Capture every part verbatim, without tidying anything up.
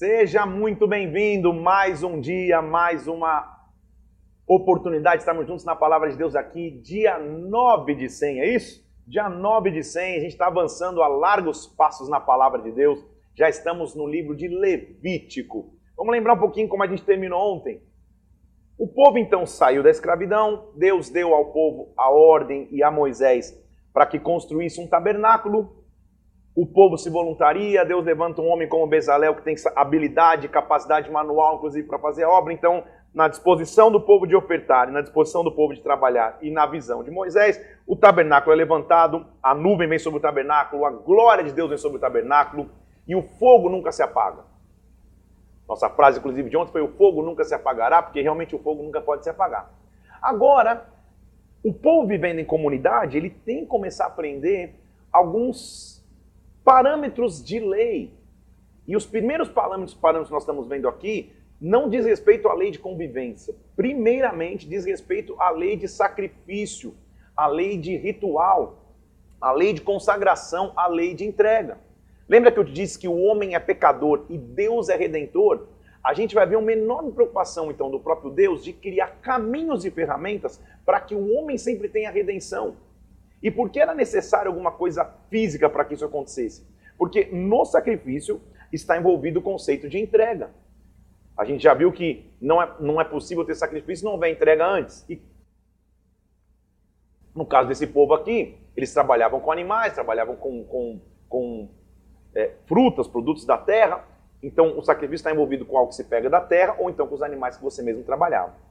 Seja muito bem-vindo, mais um dia, mais uma oportunidade de estarmos juntos na Palavra de Deus aqui, dia nove de cem, é isso? Dia nove de cem, a gente está avançando a largos passos na Palavra de Deus, já estamos no livro de Levítico. Vamos lembrar um pouquinho como a gente terminou ontem. O povo então saiu da escravidão, Deus deu ao povo a ordem e a Moisés para que construísse um tabernáculo. O povo se voluntaria, Deus levanta um homem como Bezalel, que tem habilidade, capacidade manual, inclusive, para fazer a obra. Então, na disposição do povo de ofertar, na disposição do povo de trabalhar e na visão de Moisés, o tabernáculo é levantado, a nuvem vem sobre o tabernáculo, a glória de Deus vem sobre o tabernáculo e o fogo nunca se apaga. Nossa frase, inclusive, de ontem foi: o fogo nunca se apagará, porque realmente o fogo nunca pode se apagar. Agora, o povo vivendo em comunidade, ele tem que começar a aprender alguns parâmetros de lei. E os primeiros parâmetros, parâmetros que nós estamos vendo aqui não diz respeito à lei de convivência. Primeiramente, diz respeito à lei de sacrifício, à lei de ritual, à lei de consagração, à lei de entrega. Lembra que eu te disse que o homem é pecador e Deus é redentor? A gente vai ver uma enorme preocupação, então, do próprio Deus de criar caminhos e ferramentas para que o homem sempre tenha redenção. E por que era necessário alguma coisa física para que isso acontecesse? Porque no sacrifício está envolvido o conceito de entrega. A gente já viu que não é, não é possível ter sacrifício se não houver entrega antes. E no caso desse povo aqui, eles trabalhavam com animais, trabalhavam com, com, com é, frutas, produtos da terra. Então o sacrifício está envolvido com algo que se pega da terra ou então com os animais que você mesmo trabalhava.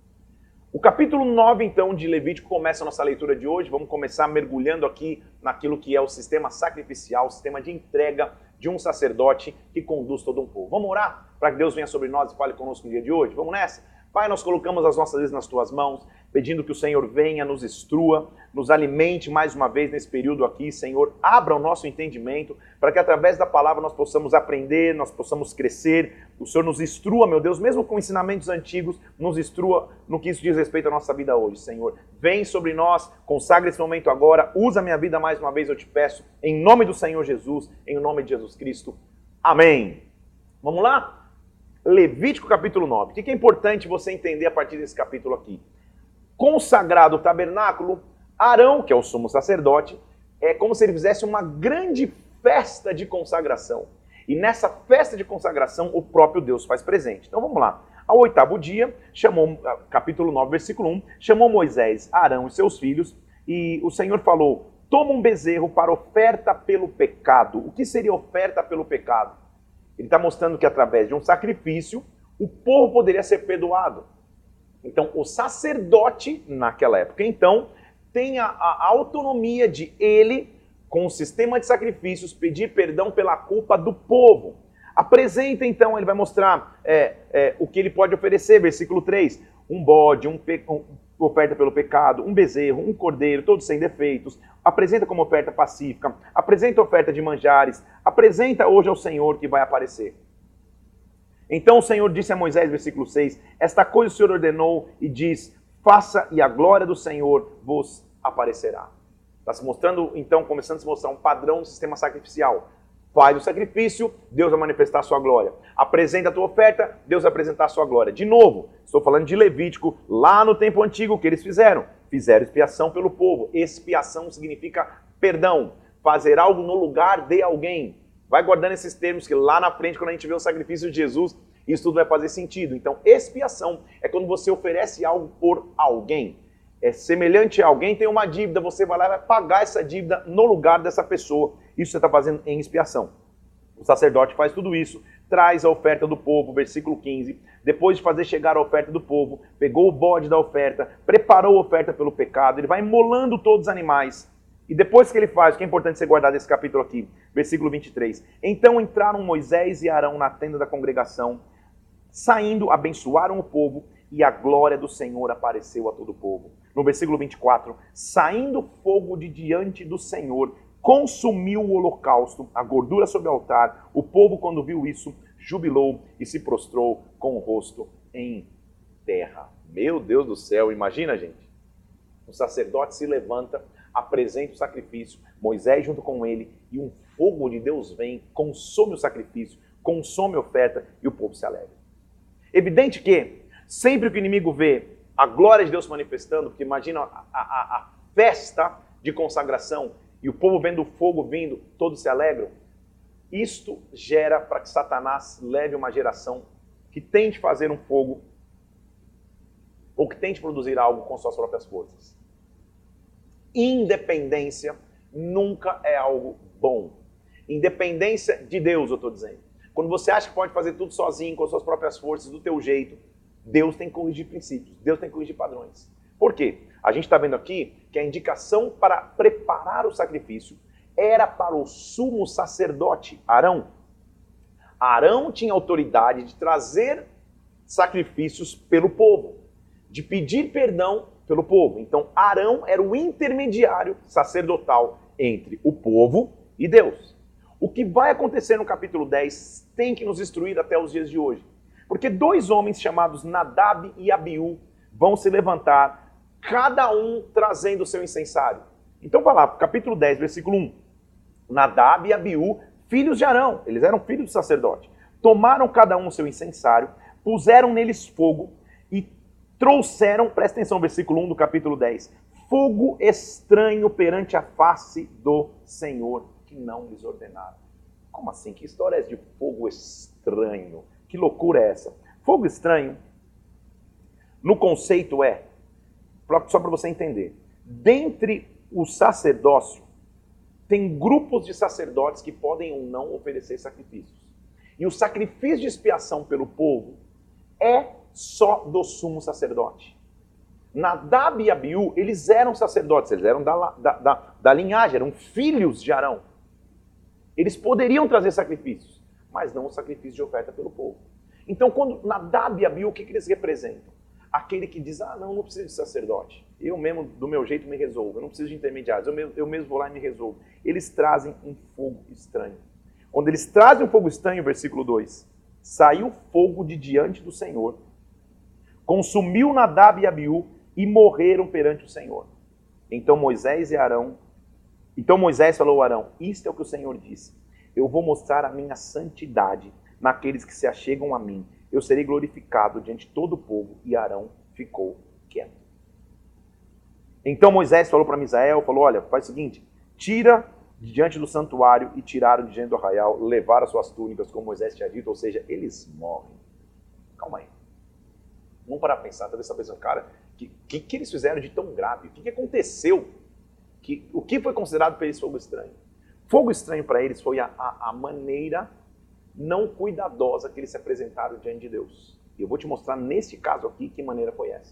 O capítulo nove, então, de Levítico começa a nossa leitura de hoje. Vamos começar mergulhando aqui naquilo que é o sistema sacrificial, o sistema de entrega de um sacerdote que conduz todo um povo. Vamos orar para que Deus venha sobre nós e fale conosco no dia de hoje? Vamos nessa? Pai, nós colocamos as nossas vidas nas Tuas mãos, pedindo que o Senhor venha, nos instrua, nos alimente mais uma vez nesse período aqui. Senhor, abra o nosso entendimento para que através da palavra nós possamos aprender, nós possamos crescer. O Senhor nos instrua, meu Deus, mesmo com ensinamentos antigos, nos instrua no que isso diz respeito à nossa vida hoje, Senhor. Vem sobre nós, consagra esse momento agora, usa a minha vida mais uma vez, eu te peço, em nome do Senhor Jesus, em nome de Jesus Cristo. Amém. Vamos lá? Levítico capítulo nove. O que é importante você entender a partir desse capítulo aqui? Consagrado o tabernáculo, Arão, que é o sumo sacerdote, é como se ele fizesse uma grande festa de consagração. E nessa festa de consagração, o próprio Deus faz presente. Então vamos lá. Ao oitavo dia, chamou, capítulo nove, versículo um, chamou Moisés, Arão e seus filhos, e o Senhor falou: toma um bezerro para oferta pelo pecado. O que seria oferta pelo pecado? Ele está mostrando que através de um sacrifício, o povo poderia ser perdoado. Então, o sacerdote, naquela época, então, tem a, a autonomia de ele, com o sistema de sacrifícios, pedir perdão pela culpa do povo. Apresenta, então, ele vai mostrar é, é, o que ele pode oferecer, versículo três. Um bode, um, pe... um oferta pelo pecado, um bezerro, um cordeiro, todos sem defeitos. Apresenta como oferta pacífica, apresenta oferta de manjares, apresenta hoje ao Senhor que vai aparecer. Então o Senhor disse a Moisés, versículo seis, esta coisa o Senhor ordenou e diz, faça e a glória do Senhor vos aparecerá. Está se mostrando, então, começando a se mostrar um padrão do sistema sacrificial. Faz o sacrifício, Deus vai manifestar a sua glória. Apresenta a tua oferta, Deus vai apresentar a sua glória. De novo, estou falando de Levítico, lá no tempo antigo, o que eles fizeram? Fizeram expiação pelo povo. Expiação significa perdão, fazer algo no lugar de alguém. Vai guardando esses termos que lá na frente, quando a gente vê o sacrifício de Jesus, isso tudo vai fazer sentido. Então, expiação é quando você oferece algo por alguém. É semelhante a alguém tem uma dívida, você vai lá e vai pagar essa dívida no lugar dessa pessoa. Isso você está fazendo em expiação. O sacerdote faz tudo isso, traz a oferta do povo, versículo quinze. Depois de fazer chegar a oferta do povo, pegou o bode da oferta, preparou a oferta pelo pecado, ele vai imolando todos os animais. E depois que ele faz, o que é importante você guardar desse capítulo aqui, versículo vinte e três. Então entraram Moisés e Arão na tenda da congregação, saindo, abençoaram o povo, e a glória do Senhor apareceu a todo o povo. No versículo vinte e quatro, saindo fogo de diante do Senhor, consumiu o holocausto, a gordura sobre o altar. O povo, quando viu isso, jubilou e se prostrou com o rosto em terra. Meu Deus do céu, imagina, gente. O sacerdote se levanta, apresenta o sacrifício, Moisés junto com ele, e um fogo de Deus vem, consome o sacrifício, consome a oferta e o povo se alegra. Evidente que, sempre que o inimigo vê a glória de Deus se manifestando, porque imagina a, a, a festa de consagração e o povo vendo o fogo vindo, todos se alegram, isto gera para que Satanás leve uma geração que tente fazer um fogo ou que tente produzir algo com suas próprias forças. Independência nunca é algo bom. Independência de Deus, eu estou dizendo. Quando você acha que pode fazer tudo sozinho, com suas próprias forças, do teu jeito, Deus tem que corrigir princípios, Deus tem que corrigir padrões. Por quê? A gente está vendo aqui que a indicação para preparar o sacrifício era para o sumo sacerdote, Arão. Arão tinha autoridade de trazer sacrifícios pelo povo, de pedir perdão pelo povo. Então, Arão era o intermediário sacerdotal entre o povo e Deus. O que vai acontecer no capítulo dez tem que nos instruir até os dias de hoje. Porque dois homens chamados Nadab e Abiú vão se levantar, cada um trazendo o seu incensário. Então vai lá, capítulo dez, versículo um. Nadab e Abiú, filhos de Arão, eles eram filhos do sacerdote. Tomaram cada um o seu incensário, puseram neles fogo e trouxeram, presta atenção, versículo um do capítulo dez, fogo estranho perante a face do Senhor, que não lhes ordenaram. Como assim? Que história é essa de fogo estranho? Que loucura é essa? Fogo estranho, no conceito é, só para você entender, dentre o sacerdócio, tem grupos de sacerdotes que podem ou não oferecer sacrifícios. E o sacrifício de expiação pelo povo é só do sumo sacerdote. Nadab e Abiú, eles eram sacerdotes, eles eram da, da, da, da linhagem, eram filhos de Arão. Eles poderiam trazer sacrifícios, mas não o sacrifício de oferta pelo povo. Então, quando Nadab e Abiú, o que, que eles representam? Aquele que diz, ah, não, não preciso de sacerdote. Eu mesmo, do meu jeito, me resolvo. Eu não preciso de intermediários. Eu mesmo, eu mesmo vou lá e me resolvo. Eles trazem um fogo estranho. Quando eles trazem um fogo estranho, versículo dois, saiu fogo de diante do Senhor, consumiu Nadab e Abiú e morreram perante o Senhor. Então Moisés e Arão, então Moisés falou a Arão, isto é o que o Senhor disse, eu vou mostrar a minha santidade naqueles que se achegam a mim. Eu serei glorificado diante de todo o povo. E Arão ficou quieto. Então Moisés falou para Misael, falou, olha, faz o seguinte, tira de diante do santuário e tiraram de diante do arraial, levaram as suas túnicas, como Moisés tinha dito, ou seja, eles morrem. Calma aí. Vamos parar para pensar, talvez você está pensando, cara, o que, que, que eles fizeram de tão grave? O que, que aconteceu? Que, o que foi considerado para eles fogo estranho? Fogo estranho para eles foi a, a, a maneira não cuidadosa que eles se apresentaram diante de Deus. E eu vou te mostrar neste caso aqui que maneira foi essa.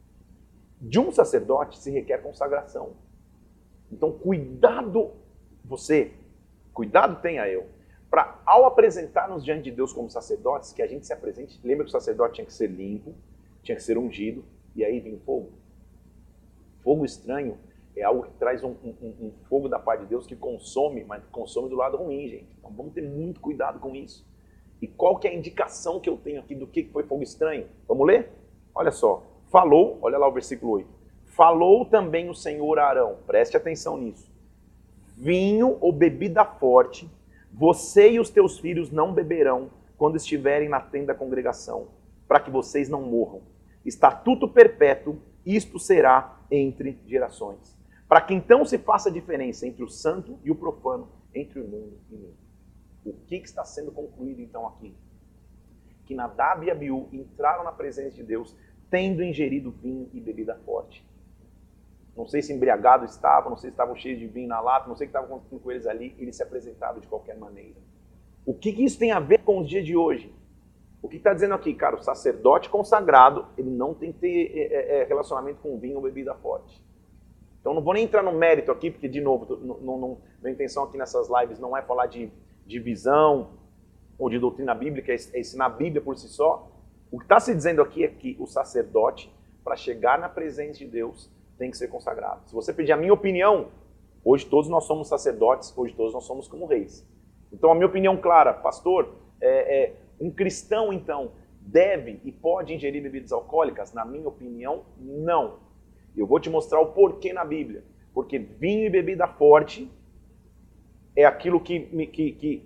De um sacerdote se requer consagração. Então cuidado você, cuidado tenha eu, para ao apresentar-nos diante de Deus como sacerdotes, que a gente se apresente, lembra que o sacerdote tinha que ser limpo, tinha que ser ungido, e aí vem fogo. Fogo estranho é algo que traz um, um, um fogo da parte de Deus que consome, mas consome do lado ruim, gente. Então vamos ter muito cuidado com isso. E qual que é a indicação que eu tenho aqui do que foi fogo estranho? Vamos ler? Olha só. Falou, olha lá o versículo oito. Falou também o Senhor a Arão, preste atenção nisso. Vinho ou bebida forte, você e os teus filhos não beberão quando estiverem na tenda da congregação, para que vocês não morram. Estatuto perpétuo, isto será entre gerações. Para que então se faça a diferença entre o santo e o profano, entre o imundo e o limpo. O que, que está sendo concluído então aqui? Que Nadab e Abiú entraram na presença de Deus, tendo ingerido vinho e bebida forte. Não sei se embriagados estavam, não sei se estavam cheios de vinho na lata, não sei o que estava acontecendo com eles ali, eles se apresentavam de qualquer maneira. O que, que isso tem a ver com os dias de hoje? O que está dizendo aqui, cara? O sacerdote consagrado, ele não tem que ter é, é, relacionamento com vinho ou bebida forte. Então não vou nem entrar no mérito aqui, porque, de novo, não, não, minha intenção aqui nessas lives não é falar de, de visão ou de doutrina bíblica, é ensinar a Bíblia por si só. O que está se dizendo aqui é que o sacerdote, para chegar na presença de Deus, tem que ser consagrado. Se você pedir a minha opinião, hoje todos nós somos sacerdotes, hoje todos nós somos como reis. Então a minha opinião clara, pastor, é, é, um cristão então deve e pode ingerir bebidas alcoólicas? Na minha opinião, não. Eu vou te mostrar o porquê na Bíblia. Porque vinho e bebida forte é aquilo que, que, que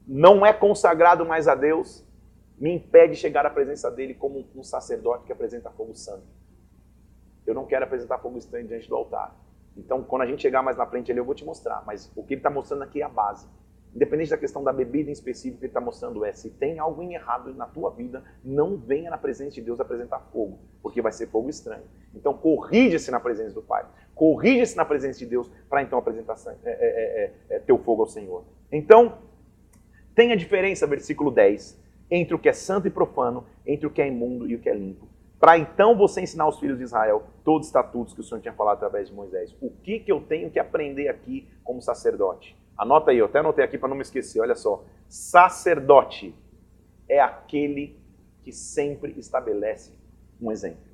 não é consagrado mais a Deus, me impede de chegar à presença dele como um sacerdote que apresenta fogo santo. Eu não quero apresentar fogo estranho diante do altar. Então, quando a gente chegar mais na frente ali, eu vou te mostrar. Mas o que ele está mostrando aqui é a base. Independente da questão da bebida em específico, o que ele está mostrando é, se tem algo errado na tua vida, não venha na presença de Deus apresentar fogo, porque vai ser fogo estranho. Então, corrige-se na presença do Pai. Corrige-se na presença de Deus para então apresentar é, é, é, é, teu fogo ao Senhor. Então, tem a diferença, versículo dez, entre o que é santo e profano, entre o que é imundo e o que é limpo. Para então você ensinar aos filhos de Israel todos os estatutos que o Senhor tinha falado através de Moisés. O que, que eu tenho que aprender aqui como sacerdote? Anota aí, eu até anotei aqui para não me esquecer, olha só. Sacerdote é aquele que sempre estabelece um exemplo.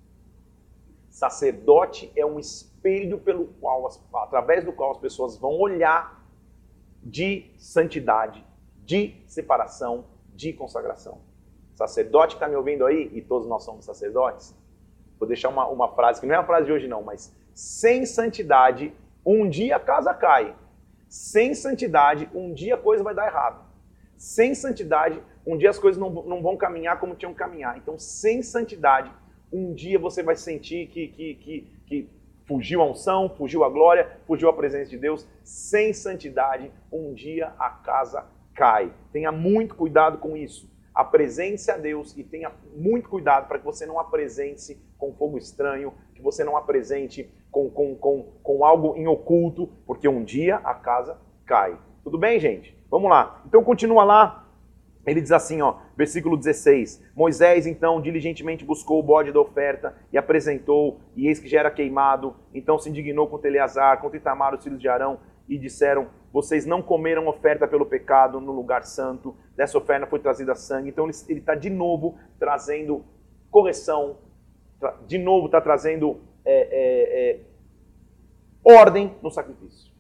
Sacerdote é um espelho pelo qual, as, através do qual as pessoas vão olhar de santidade, de separação, de consagração. Sacerdote que está me ouvindo aí, e todos nós somos sacerdotes, vou deixar uma, uma frase, que não é a frase de hoje não, mas sem santidade, um dia a casa cai. Sem santidade, um dia a coisa vai dar errado. Sem santidade, um dia as coisas não, não vão caminhar como tinham que caminhar. Então, sem santidade, um dia você vai sentir que, que, que, que fugiu a unção, fugiu a glória, fugiu a presença de Deus. Sem santidade, um dia a casa cai. Tenha muito cuidado com isso. Apresente-se a Deus e tenha muito cuidado para que você não apresente com fogo estranho, que você não apresente com, com, com, com algo em oculto, porque um dia a casa cai. Tudo bem, gente? Vamos lá. Então continua lá. Ele diz assim, ó, versículo dezesseis. Moisés, então, diligentemente buscou o bode da oferta e apresentou, e eis que já era queimado. Então se indignou contra Eleazar, contra Itamar, os filhos de Arão, e disseram, vocês não comeram oferta pelo pecado no lugar santo, dessa oferta foi trazida sangue. Então ele está de novo trazendo correção, de novo está trazendo é, é, é, ordem no sacrifício.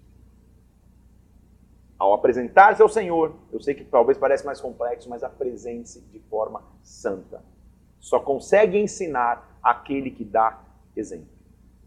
Ao apresentar-se ao Senhor, eu sei que talvez pareça mais complexo, mas apresente-se de forma santa. Só consegue ensinar aquele que dá exemplo.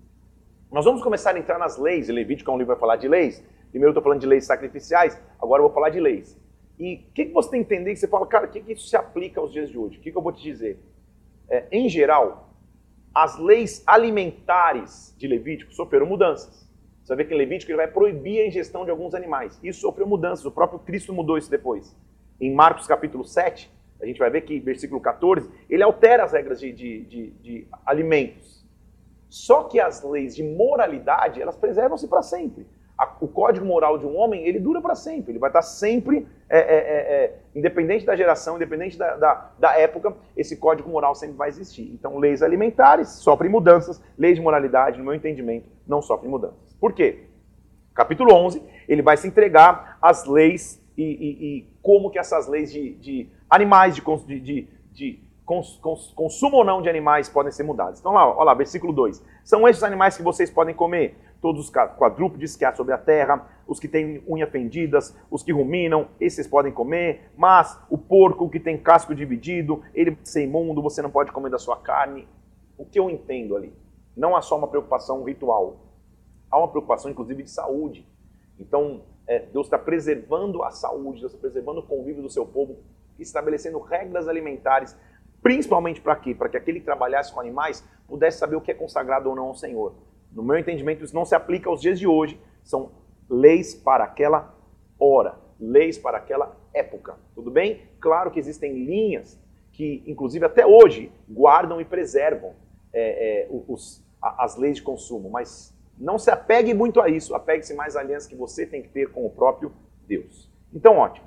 Nós vamos começar a entrar nas leis, e Levítico é um livro que vai falar de leis. Primeiro eu estou falando de leis sacrificiais, agora eu vou falar de leis. E o que, que você tem que entender? Que você fala, cara, o que, que isso se aplica aos dias de hoje? O que, que eu vou te dizer? É, em geral, as leis alimentares de Levítico sofreram mudanças. Você vai ver que em Levítico ele vai proibir a ingestão de alguns animais. Isso sofreu mudanças, o próprio Cristo mudou isso depois. Em Marcos capítulo sete, a gente vai ver que, versículo quatorze, ele altera as regras de, de, de, de alimentos. Só que as leis de moralidade, elas preservam-se para sempre. A, o código moral de um homem, ele dura para sempre. Ele vai estar sempre, é, é, é, independente da geração, independente da, da, da época, esse código moral sempre vai existir. Então, leis alimentares sofrem mudanças, leis de moralidade, no meu entendimento, não sofrem mudanças. Por quê? Capítulo onze, ele vai se entregar às leis e, e, e como que essas leis de, de animais, de, de, de, de cons, cons, consumo ou não de animais podem ser mudadas. Então, lá, olha lá, versículo dois. São esses animais que vocês podem comer? Todos os quadrúpedes que há sobre a terra, os que têm unhas fendidas, os que ruminam, esses podem comer, mas o porco que tem casco dividido, ele vai ser imundo, você não pode comer da sua carne. O que eu entendo ali? Não há só uma preocupação ritual, há uma preocupação inclusive de saúde. Então, é, Deus está preservando a saúde, Deus está preservando o convívio do seu povo, estabelecendo regras alimentares, principalmente para quê? Para que aquele que trabalhasse com animais pudesse saber o que é consagrado ou não ao Senhor. No meu entendimento, isso não se aplica aos dias de hoje. São leis para aquela hora, leis para aquela época. Tudo bem? Claro que existem linhas que, inclusive até hoje, guardam e preservam é, é, os, as leis de consumo. Mas não se apegue muito a isso. Apegue-se mais à aliança que você tem que ter com o próprio Deus. Então, ótimo.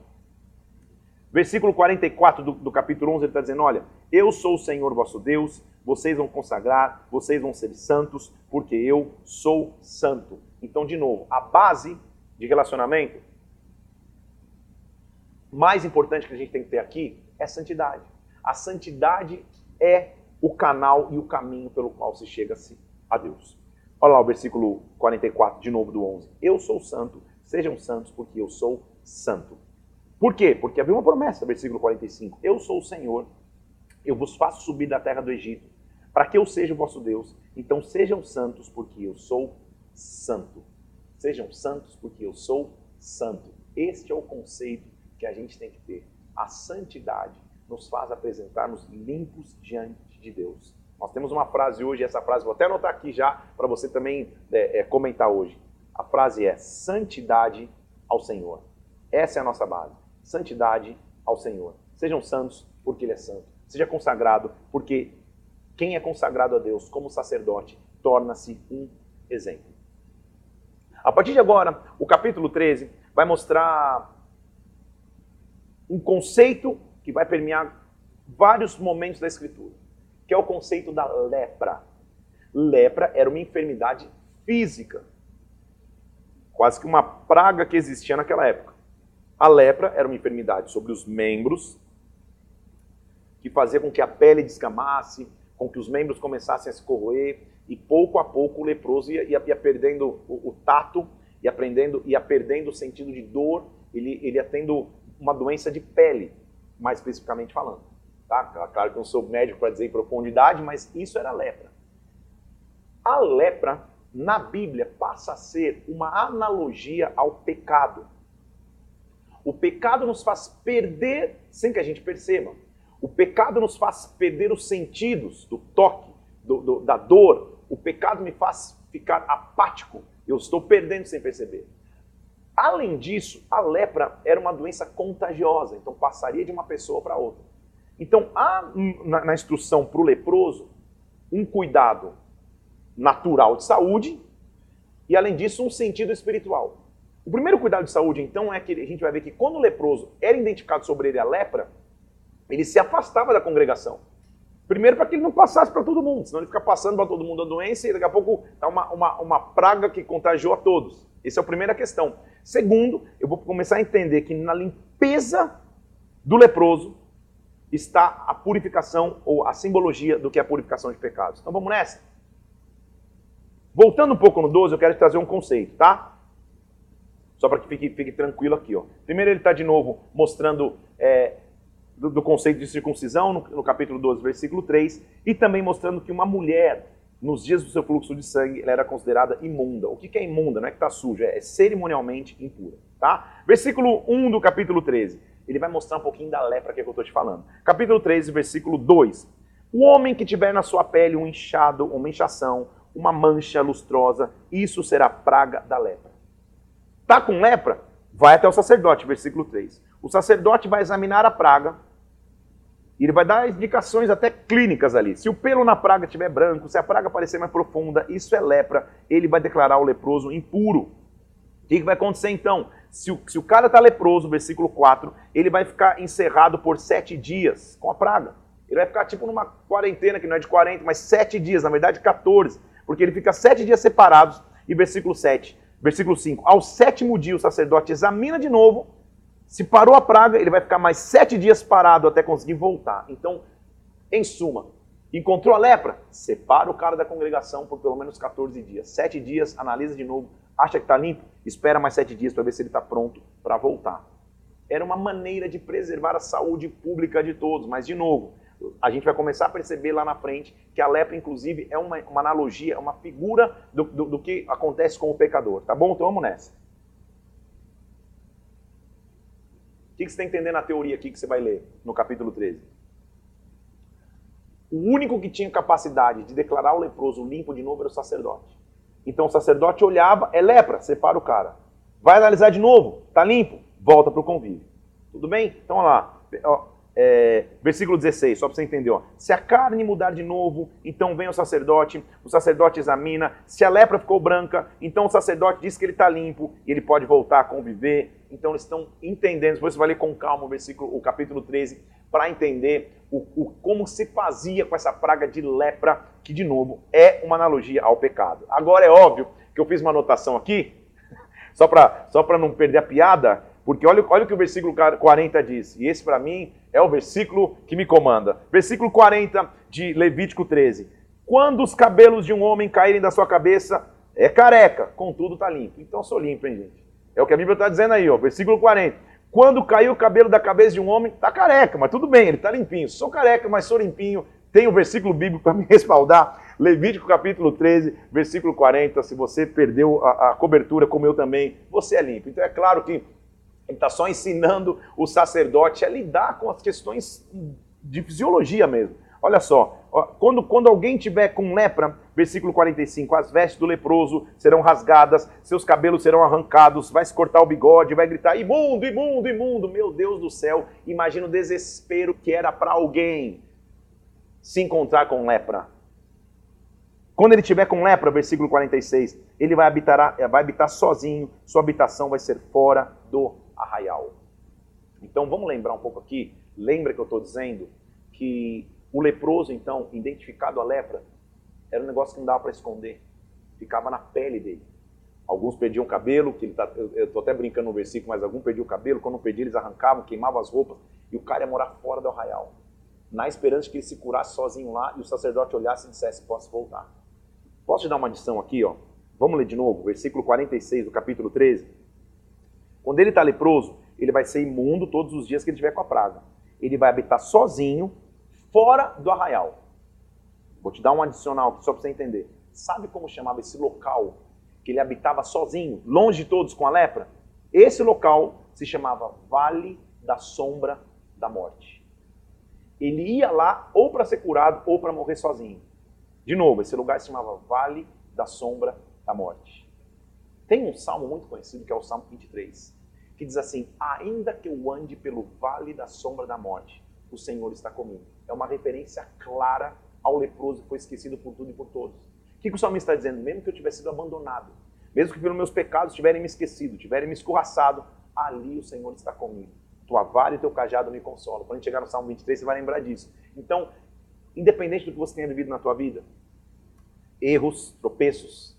Versículo quarenta e quatro do, do capítulo onze, ele está dizendo, olha, eu sou o Senhor vosso Deus, vocês vão consagrar, vocês vão ser santos, porque eu sou santo. Então, de novo, a base de relacionamento mais importante que a gente tem que ter aqui é a santidade. A santidade é o canal e o caminho pelo qual se chega-se a Deus. Olha lá o versículo quarenta e quatro, de novo, do onze. Eu sou santo, sejam santos, porque eu sou santo. Por quê? Porque havia uma promessa, versículo quarenta e cinco. Eu sou o Senhor, eu vos faço subir da terra do Egito, para que eu seja o vosso Deus. Então sejam santos, porque eu sou santo. Sejam santos, porque eu sou santo. Este é o conceito que que a gente tem que ter. A santidade nos faz apresentar-nos limpos diante de Deus. Nós temos uma frase hoje, essa frase vou até anotar aqui já, para você também é, é, comentar hoje. A frase é santidade ao Senhor. Essa é a nossa base. Santidade ao Senhor. Sejam santos, porque Ele é santo. Seja consagrado, porque quem é consagrado a Deus como sacerdote torna-se um exemplo. A partir de agora, o capítulo treze vai mostrar um conceito que vai permear vários momentos da Escritura, que é o conceito da lepra. Lepra era uma enfermidade física, quase que uma praga que existia naquela época. A lepra era uma enfermidade sobre os membros, que fazia com que a pele descamasse, com que os membros começassem a se corroer, e pouco a pouco o leproso ia, ia, ia perdendo o, o tato, ia, aprendendo, ia perdendo o sentido de dor, ele, ele ia tendo uma doença de pele, mais especificamente falando. Tá? Claro que eu não sou médico para dizer em profundidade, mas isso era lepra. A lepra, na Bíblia, passa a ser uma analogia ao pecado. O pecado nos faz perder, sem que a gente perceba, o pecado nos faz perder os sentidos do toque, do, do, da dor. O pecado me faz ficar apático. Eu estou perdendo sem perceber. Além disso, a lepra era uma doença contagiosa, então passaria de uma pessoa para outra. Então, há na, na instrução para o leproso um cuidado natural de saúde e, além disso, um sentido espiritual. O primeiro cuidado de saúde, então, é que a gente vai ver que quando o leproso era identificado sobre ele a lepra, ele se afastava da congregação. Primeiro, para que ele não passasse para todo mundo, senão ele fica passando para todo mundo a doença e daqui a pouco é uma, uma, uma praga que contagiou a todos. Essa é a primeira questão. Segundo, eu vou começar a entender que na limpeza do leproso está a purificação ou a simbologia do que é a purificação de pecados. Então vamos nessa? Voltando um pouco no doze, eu quero te trazer um conceito, tá? Só para que fique, fique tranquilo aqui. Ó. Primeiro ele está de novo mostrando é, do, do conceito de circuncisão, no, no capítulo doze, versículo três, e também mostrando que uma mulher, nos dias do seu fluxo de sangue, ela era considerada imunda. O que, que é imunda? Não é que está suja, é cerimonialmente impura. Tá? Versículo um do capítulo treze. Ele vai mostrar um pouquinho da lepra que, é que eu estou te falando. Capítulo treze, versículo dois. O homem que tiver na sua pele um inchado, uma inchação, uma mancha lustrosa, isso será praga da lepra. Tá com lepra? Vai até o sacerdote, versículo três. O sacerdote vai examinar a praga e ele vai dar indicações até clínicas ali. Se o pelo na praga estiver branco, se a praga parecer mais profunda, isso é lepra. Ele vai declarar o leproso impuro. O que, que vai acontecer então? Se o, se o cara está leproso, versículo quatro, ele vai ficar encerrado por sete dias com a praga. Ele vai ficar tipo numa quarentena, que não é de quarenta, mas sete dias, na verdade quatorze. Porque ele fica sete dias separados. E versículo sete, versículo cinco. Ao sétimo dia o sacerdote examina de novo. Se parou a praga, ele vai ficar mais sete dias parado até conseguir voltar. Então, em suma, encontrou a lepra? Separa o cara da congregação por pelo menos quatorze dias. Sete dias, analisa de novo. Acha que está limpo? Espera mais sete dias para ver se ele está pronto para voltar. Era uma maneira de preservar a saúde pública de todos. Mas, de novo, a gente vai começar a perceber lá na frente que a lepra, inclusive, é uma, uma analogia, uma figura do, do, do que acontece com o pecador. Tá bom? Então vamos nessa. O que você está entendendo na teoria aqui que você vai ler no capítulo treze? O único que tinha capacidade de declarar o leproso limpo de novo era o sacerdote. Então o sacerdote olhava, é lepra, separa o cara. Vai analisar de novo, tá limpo, volta para o convívio. Tudo bem? Então olha lá, ó, é, versículo dezesseis, só para você entender. Ó. Se a carne mudar de novo, então vem o sacerdote, o sacerdote examina. Se a lepra ficou branca, então o sacerdote diz que ele está limpo e ele pode voltar a conviver. Então eles estão entendendo, depois você vai ler com calma o, versículo, o capítulo treze, para entender o, o, como se fazia com essa praga de lepra, que de novo é uma analogia ao pecado. Agora é óbvio que eu fiz uma anotação aqui, só para só para não perder a piada, porque olha, olha o que o versículo quarenta diz, e esse para mim é o versículo que me comanda. Versículo quarenta de Levítico treze. Quando os cabelos de um homem caírem da sua cabeça, é careca, contudo está limpo. Então eu sou limpo, hein, gente? É o que a Bíblia está dizendo aí, ó, versículo quarenta. Quando caiu o cabelo da cabeça de um homem, está careca, mas tudo bem, ele está limpinho. Sou careca, mas sou limpinho. Tem o versículo bíblico para me respaldar. Levítico capítulo treze, versículo quarenta. Se você perdeu a, a cobertura, como eu também, você é limpo. Então é claro que Ele está só ensinando o sacerdote a lidar com as questões de fisiologia mesmo. Olha só, quando, quando alguém tiver com lepra, versículo quarenta e cinco, as vestes do leproso serão rasgadas, seus cabelos serão arrancados, vai se cortar o bigode, vai gritar, imundo, imundo, imundo, meu Deus do céu. Imagina o desespero que era para alguém se encontrar com lepra. Quando ele tiver com lepra, versículo quarenta e seis, ele vai habitar, vai habitar sozinho, sua habitação vai ser fora do arraial. Então vamos lembrar um pouco aqui, lembra que eu estou dizendo que o leproso, então, identificado a lepra, era um negócio que não dava para esconder, ficava na pele dele. Alguns perdiam o cabelo, que ele tá, eu estou até brincando no versículo, mas alguns perdiam o cabelo, quando não perdiam eles arrancavam, queimavam as roupas, e o cara ia morar fora do arraial, na esperança de que ele se curasse sozinho lá, e o sacerdote olhasse e dissesse, posso voltar. Posso te dar uma adição aqui, ó? Vamos ler de novo, versículo quarenta e seis do capítulo treze. Quando ele está leproso, ele vai ser imundo todos os dias que ele estiver com a praga. Ele vai habitar sozinho, fora do arraial. Vou te dar um adicional aqui só para você entender. Sabe como chamava esse local que ele habitava sozinho, longe de todos com a lepra? Esse local se chamava Vale da Sombra da Morte. Ele ia lá ou para ser curado ou para morrer sozinho. De novo, esse lugar se chamava Vale da Sombra da Morte. Tem um salmo muito conhecido que é o Salmo vinte e três, que diz assim, ainda que eu ande pelo Vale da Sombra da Morte, o Senhor está comigo. É uma referência clara ao leproso que foi esquecido por tudo e por todos. O que o salmista está dizendo? Mesmo que eu tivesse sido abandonado, mesmo que pelos meus pecados tiverem me esquecido, tiverem me escorraçado, ali o Senhor está comigo. Tua vara e teu cajado me consolam. Quando a gente chegar no Salmo vinte e três, você vai lembrar disso. Então, independente do que você tenha vivido na tua vida, erros, tropeços,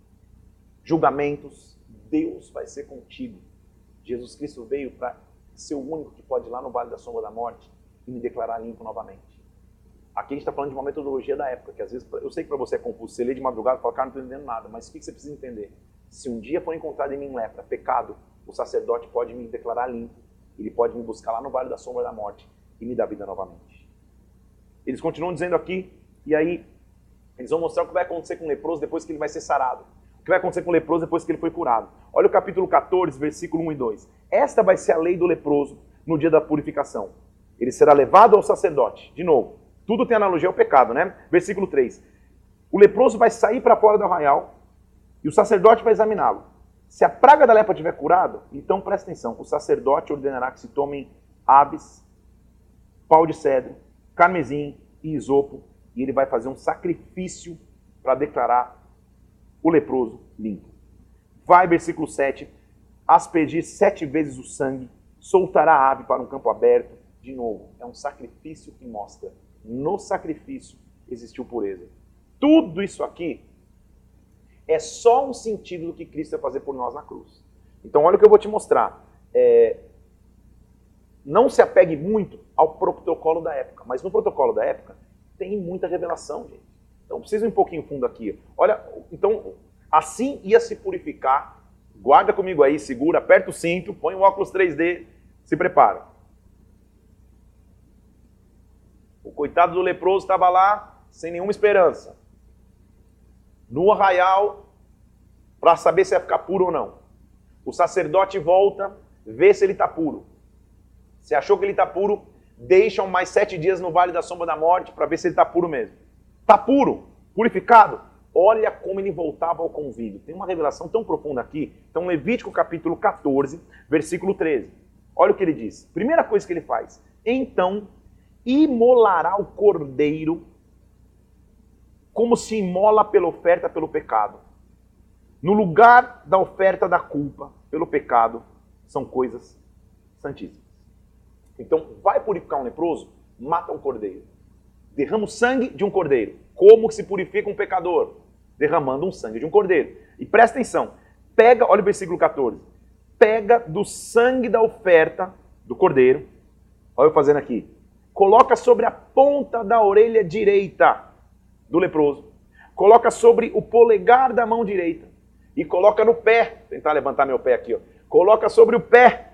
julgamentos, Deus vai ser contigo. Jesus Cristo veio para ser o único que pode ir lá no Vale da Sombra da Morte e me declarar limpo novamente. Aqui a gente está falando de uma metodologia da época, que às vezes, eu sei que para você é confuso, você lê de madrugada e fala, cara, não estou entendendo nada, mas o que você precisa entender? Se um dia for encontrado em mim lepra, pecado, o sacerdote pode me declarar limpo, ele pode me buscar lá no Vale da Sombra da Morte e me dar vida novamente. Eles continuam dizendo aqui, e aí eles vão mostrar o que vai acontecer com o leproso depois que ele vai ser sarado. O que vai acontecer com o leproso depois que ele foi curado. Olha o capítulo quatorze, versículo um e dois. Esta vai ser a lei do leproso no dia da purificação. Ele será levado ao sacerdote. De novo, tudo tem analogia ao pecado, né? Versículo três. O leproso vai sair para fora do arraial e o sacerdote vai examiná-lo. Se a praga da lepra estiver curada, então presta atenção, o sacerdote ordenará que se tomem aves, pau de cedro, carmesim e isopo, e ele vai fazer um sacrifício para declarar o leproso limpo. Vai, versículo sete, aspergir sete vezes o sangue, soltará a ave para um campo aberto. De novo, é um sacrifício que mostra, no sacrifício existiu pureza. Tudo isso aqui é só um sentido do que Cristo vai fazer por nós na cruz. Então olha o que eu vou te mostrar. É... Não se apegue muito ao protocolo da época, mas no protocolo da época tem muita revelação, gente. Então precisa ir um pouquinho fundo aqui. Olha, então, assim ia se purificar. Guarda comigo aí, segura, aperta o cinto, põe o óculos três D, se prepara. O coitado do leproso estava lá, sem nenhuma esperança. No arraial, para saber se ia ficar puro ou não. O sacerdote volta, vê se ele está puro. Se achou que ele está puro, deixam mais sete dias no Vale da Sombra da Morte para ver se ele está puro mesmo. Está puro, purificado. Olha como ele voltava ao convívio. Tem uma revelação tão profunda aqui. Então, Levítico capítulo quatorze, versículo treze. Olha o que ele diz. Primeira coisa que ele faz. Então, imolará o cordeiro como se imola pela oferta pelo pecado. No lugar da oferta da culpa pelo pecado, são coisas santíssimas. Então, vai purificar um leproso, mata um cordeiro. Derrama o sangue de um cordeiro. Como se purifica um pecador? Derramando um sangue de um cordeiro. E presta atenção, pega, olha o versículo quatorze, pega do sangue da oferta do cordeiro, olha eu fazendo aqui, coloca sobre a ponta da orelha direita do leproso, coloca sobre o polegar da mão direita e coloca no pé, vou tentar levantar meu pé aqui, ó, coloca sobre o pé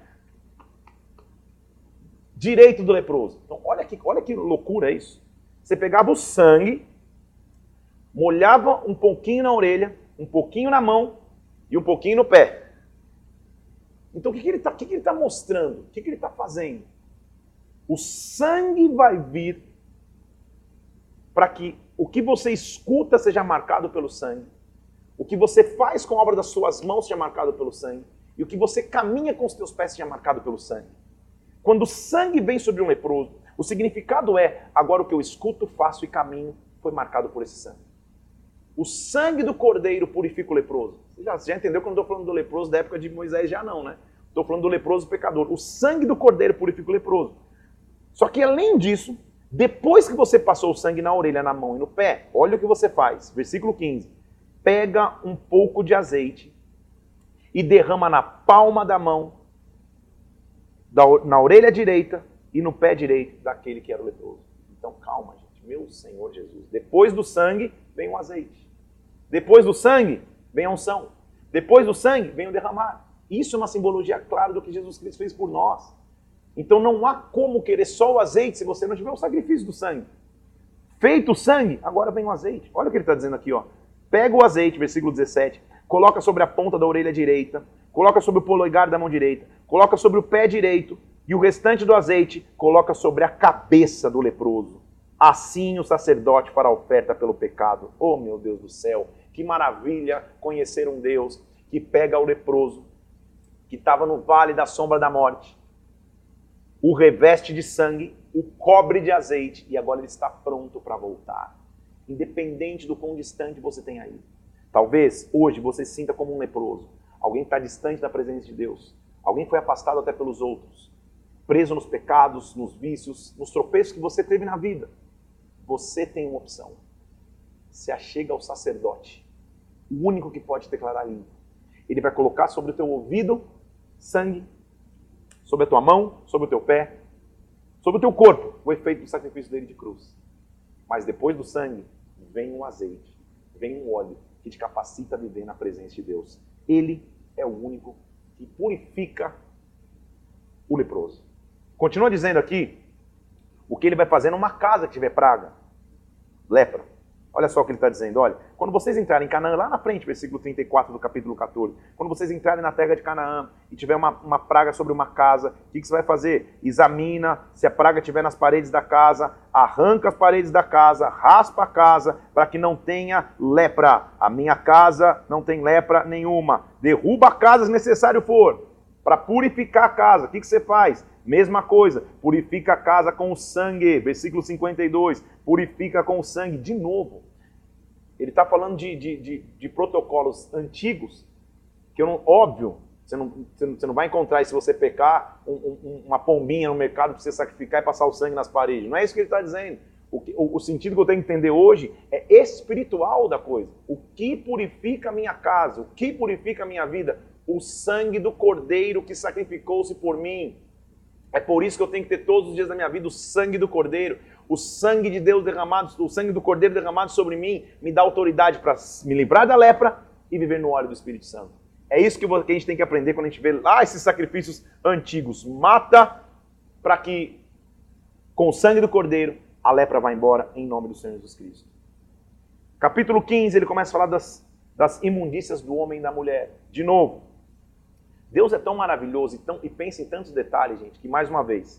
direito do leproso. Então olha que, olha que loucura isso. Você pegava o sangue, molhava um pouquinho na orelha, um pouquinho na mão e um pouquinho no pé. Então o que, que ele está que que ele tá mostrando? O que, que ele está fazendo? O sangue vai vir para que o que você escuta seja marcado pelo sangue, o que você faz com a obra das suas mãos seja marcado pelo sangue, e o que você caminha com os teus pés seja marcado pelo sangue. Quando o sangue vem sobre um leproso, o significado é, agora o que eu escuto, faço e caminho foi marcado por esse sangue. O sangue do cordeiro purifica o leproso. Você já, já entendeu que eu não estou falando do leproso da época de Moisés, já não, né? Estou falando do leproso pecador. O sangue do cordeiro purifica o leproso. Só que além disso, depois que você passou o sangue na orelha, na mão e no pé, olha o que você faz. Versículo quinze. Pega um pouco de azeite e derrama na palma da mão, na orelha direita e no pé direito daquele que era o leproso. Então calma, gente. Meu Senhor Jesus. Depois do sangue, vem o azeite. Depois do sangue, vem a unção. Depois do sangue, vem o derramar. Isso é uma simbologia clara do que Jesus Cristo fez por nós. Então não há como querer só o azeite se você não tiver o sacrifício do sangue. Feito o sangue, agora vem o azeite. Olha o que ele está dizendo aqui, ó. Pega o azeite, versículo dezessete, coloca sobre a ponta da orelha direita, coloca sobre o polegar da mão direita, coloca sobre o pé direito e o restante do azeite coloca sobre a cabeça do leproso. Assim o sacerdote fará oferta pelo pecado. Oh, meu Deus do céu, que maravilha conhecer um Deus que pega o leproso, que estava no vale da sombra da morte, o reveste de sangue, o cobre de azeite e agora ele está pronto para voltar. Independente do quão distante você tenha ido. Talvez hoje você se sinta como um leproso. Alguém está distante da presença de Deus. Alguém foi afastado até pelos outros. Preso nos pecados, nos vícios, nos tropeços que você teve na vida. Você tem uma opção. Se achega ao sacerdote. O único que pode declarar limpo. Ele vai colocar sobre o teu ouvido sangue, sobre a tua mão, sobre o teu pé, sobre o teu corpo, o efeito do sacrifício dele de cruz. Mas depois do sangue, vem um azeite, vem um óleo que te capacita a viver na presença de Deus. Ele é o único que purifica o leproso. Continua dizendo aqui o que ele vai fazer numa casa que tiver praga, lepra. Olha só o que ele está dizendo, olha, quando vocês entrarem em Canaã, lá na frente, versículo trinta e quatro do capítulo quatorze, quando vocês entrarem na terra de Canaã e tiver uma, uma praga sobre uma casa, o que, que você vai fazer? Examina se a praga estiver nas paredes da casa, arranca as paredes da casa, raspa a casa, para que não tenha lepra. A minha casa não tem lepra nenhuma. Derruba a casa se necessário for, para purificar a casa. O que, que você faz? Mesma coisa, purifica a casa com o sangue, versículo cinquenta e dois, purifica com o sangue, de novo. Ele está falando de, de, de, de protocolos antigos, que eu não, óbvio, você não, você não vai encontrar aí, se você pecar, um, um, uma pombinha no mercado para você sacrificar e passar o sangue nas paredes. Não é isso que ele está dizendo. O, que, o, o sentido que eu tenho que entender hoje é espiritual da coisa. O que purifica a minha casa? O que purifica a minha vida? O sangue do Cordeiro que sacrificou-se por mim. É por isso que eu tenho que ter todos os dias da minha vida o sangue do Cordeiro. O sangue de Deus derramado, o sangue do Cordeiro derramado sobre mim me dá autoridade para me livrar da lepra e viver no óleo do Espírito Santo. É isso que a gente tem que aprender quando a gente vê lá esses sacrifícios antigos. Mata para que com o sangue do Cordeiro a lepra vá embora em nome do Senhor Jesus Cristo. Capítulo quinze, ele começa a falar das, das imundícias do homem e da mulher. De novo, Deus é tão maravilhoso e, tão, e pensa em tantos detalhes, gente, que mais uma vez,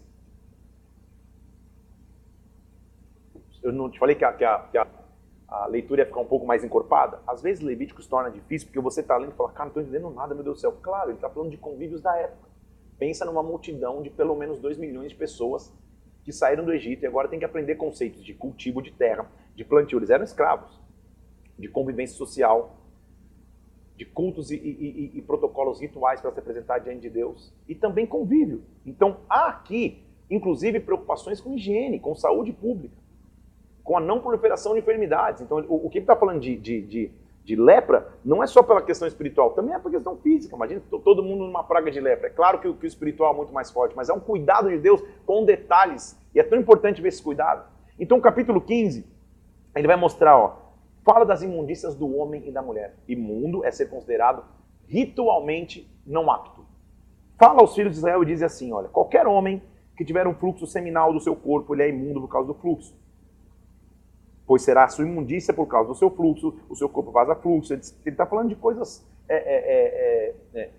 eu não te falei que, a, que, a, que a, a leitura ia ficar um pouco mais encorpada? Às vezes Levítico se torna difícil porque você está lendo e fala, cara, não estou entendendo nada, meu Deus do céu. Claro, ele está falando de convívios da época. Pensa numa multidão de pelo menos dois milhões de pessoas que saíram do Egito e agora tem que aprender conceitos de cultivo de terra, de plantio. Eles eram escravos, de convivência social, de cultos e, e, e, e protocolos rituais para se apresentar diante de Deus, e também convívio. Então, há aqui, inclusive, preocupações com higiene, com saúde pública, com a não proliferação de enfermidades. Então, o, o que ele está falando de, de, de, de lepra não é só pela questão espiritual, também é pela questão física. Imagina todo mundo numa praga de lepra. É claro que o, que o espiritual é muito mais forte, mas é um cuidado de Deus com detalhes, e é tão importante ver esse cuidado. Então, capítulo quinze, ele vai mostrar, ó, fala das imundícias do homem e da mulher. Imundo é ser considerado ritualmente não apto. Fala aos filhos de Israel e diz assim, olha, qualquer homem que tiver um fluxo seminal do seu corpo, ele é imundo por causa do fluxo. Pois será a sua imundícia por causa do seu fluxo, o seu corpo vaza fluxo. Ele está falando de coisas é, é, é, é,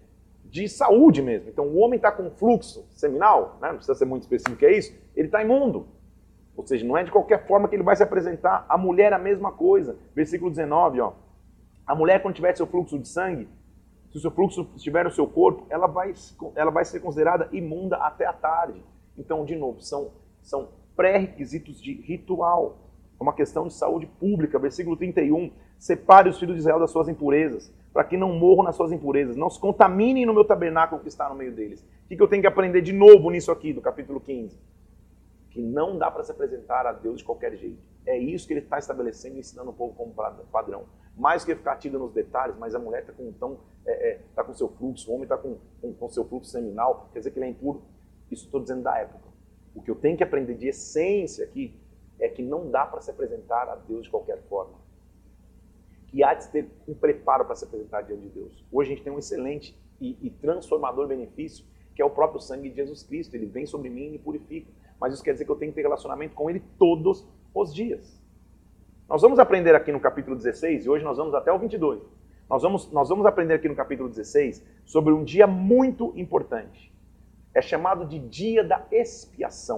de saúde mesmo. Então o homem está com fluxo seminal, né? Não precisa ser muito específico que é isso, ele está imundo. Ou seja, não é de qualquer forma que ele vai se apresentar. A mulher a mesma coisa. Versículo dezenove, ó. A mulher, quando tiver seu fluxo de sangue, se o seu fluxo estiver no seu corpo, ela vai, ela vai ser considerada imunda até a tarde. Então, de novo, são, são pré-requisitos de ritual. É uma questão de saúde pública. Versículo trinta e um. Separe os filhos de Israel das suas impurezas, para que não morram nas suas impurezas. Não se contaminem no meu tabernáculo que está no meio deles. O que eu tenho que aprender de novo nisso aqui, do capítulo quinze? Que não dá para se apresentar a Deus de qualquer jeito. É isso que ele está estabelecendo e ensinando o povo como padrão. Mais do que ficar ativo nos detalhes, mas a mulher está com, tão, é, é, tá com seu fluxo, o homem está com, com, com seu fluxo seminal, quer dizer que ele é impuro. Isso estou dizendo da época. O que eu tenho que aprender de essência aqui é que não dá para se apresentar a Deus de qualquer forma. Que há de ter um preparo para se apresentar diante de Deus. Hoje a gente tem um excelente e, e transformador benefício, que é o próprio sangue de Jesus Cristo. Ele vem sobre mim e me purifica. Mas isso quer dizer que eu tenho que ter relacionamento com Ele todos os dias. Nós vamos aprender aqui no capítulo dezesseis, e hoje nós vamos até o vinte e dois. Nós vamos, nós vamos aprender aqui no capítulo dezesseis sobre um dia muito importante. É chamado de dia da expiação.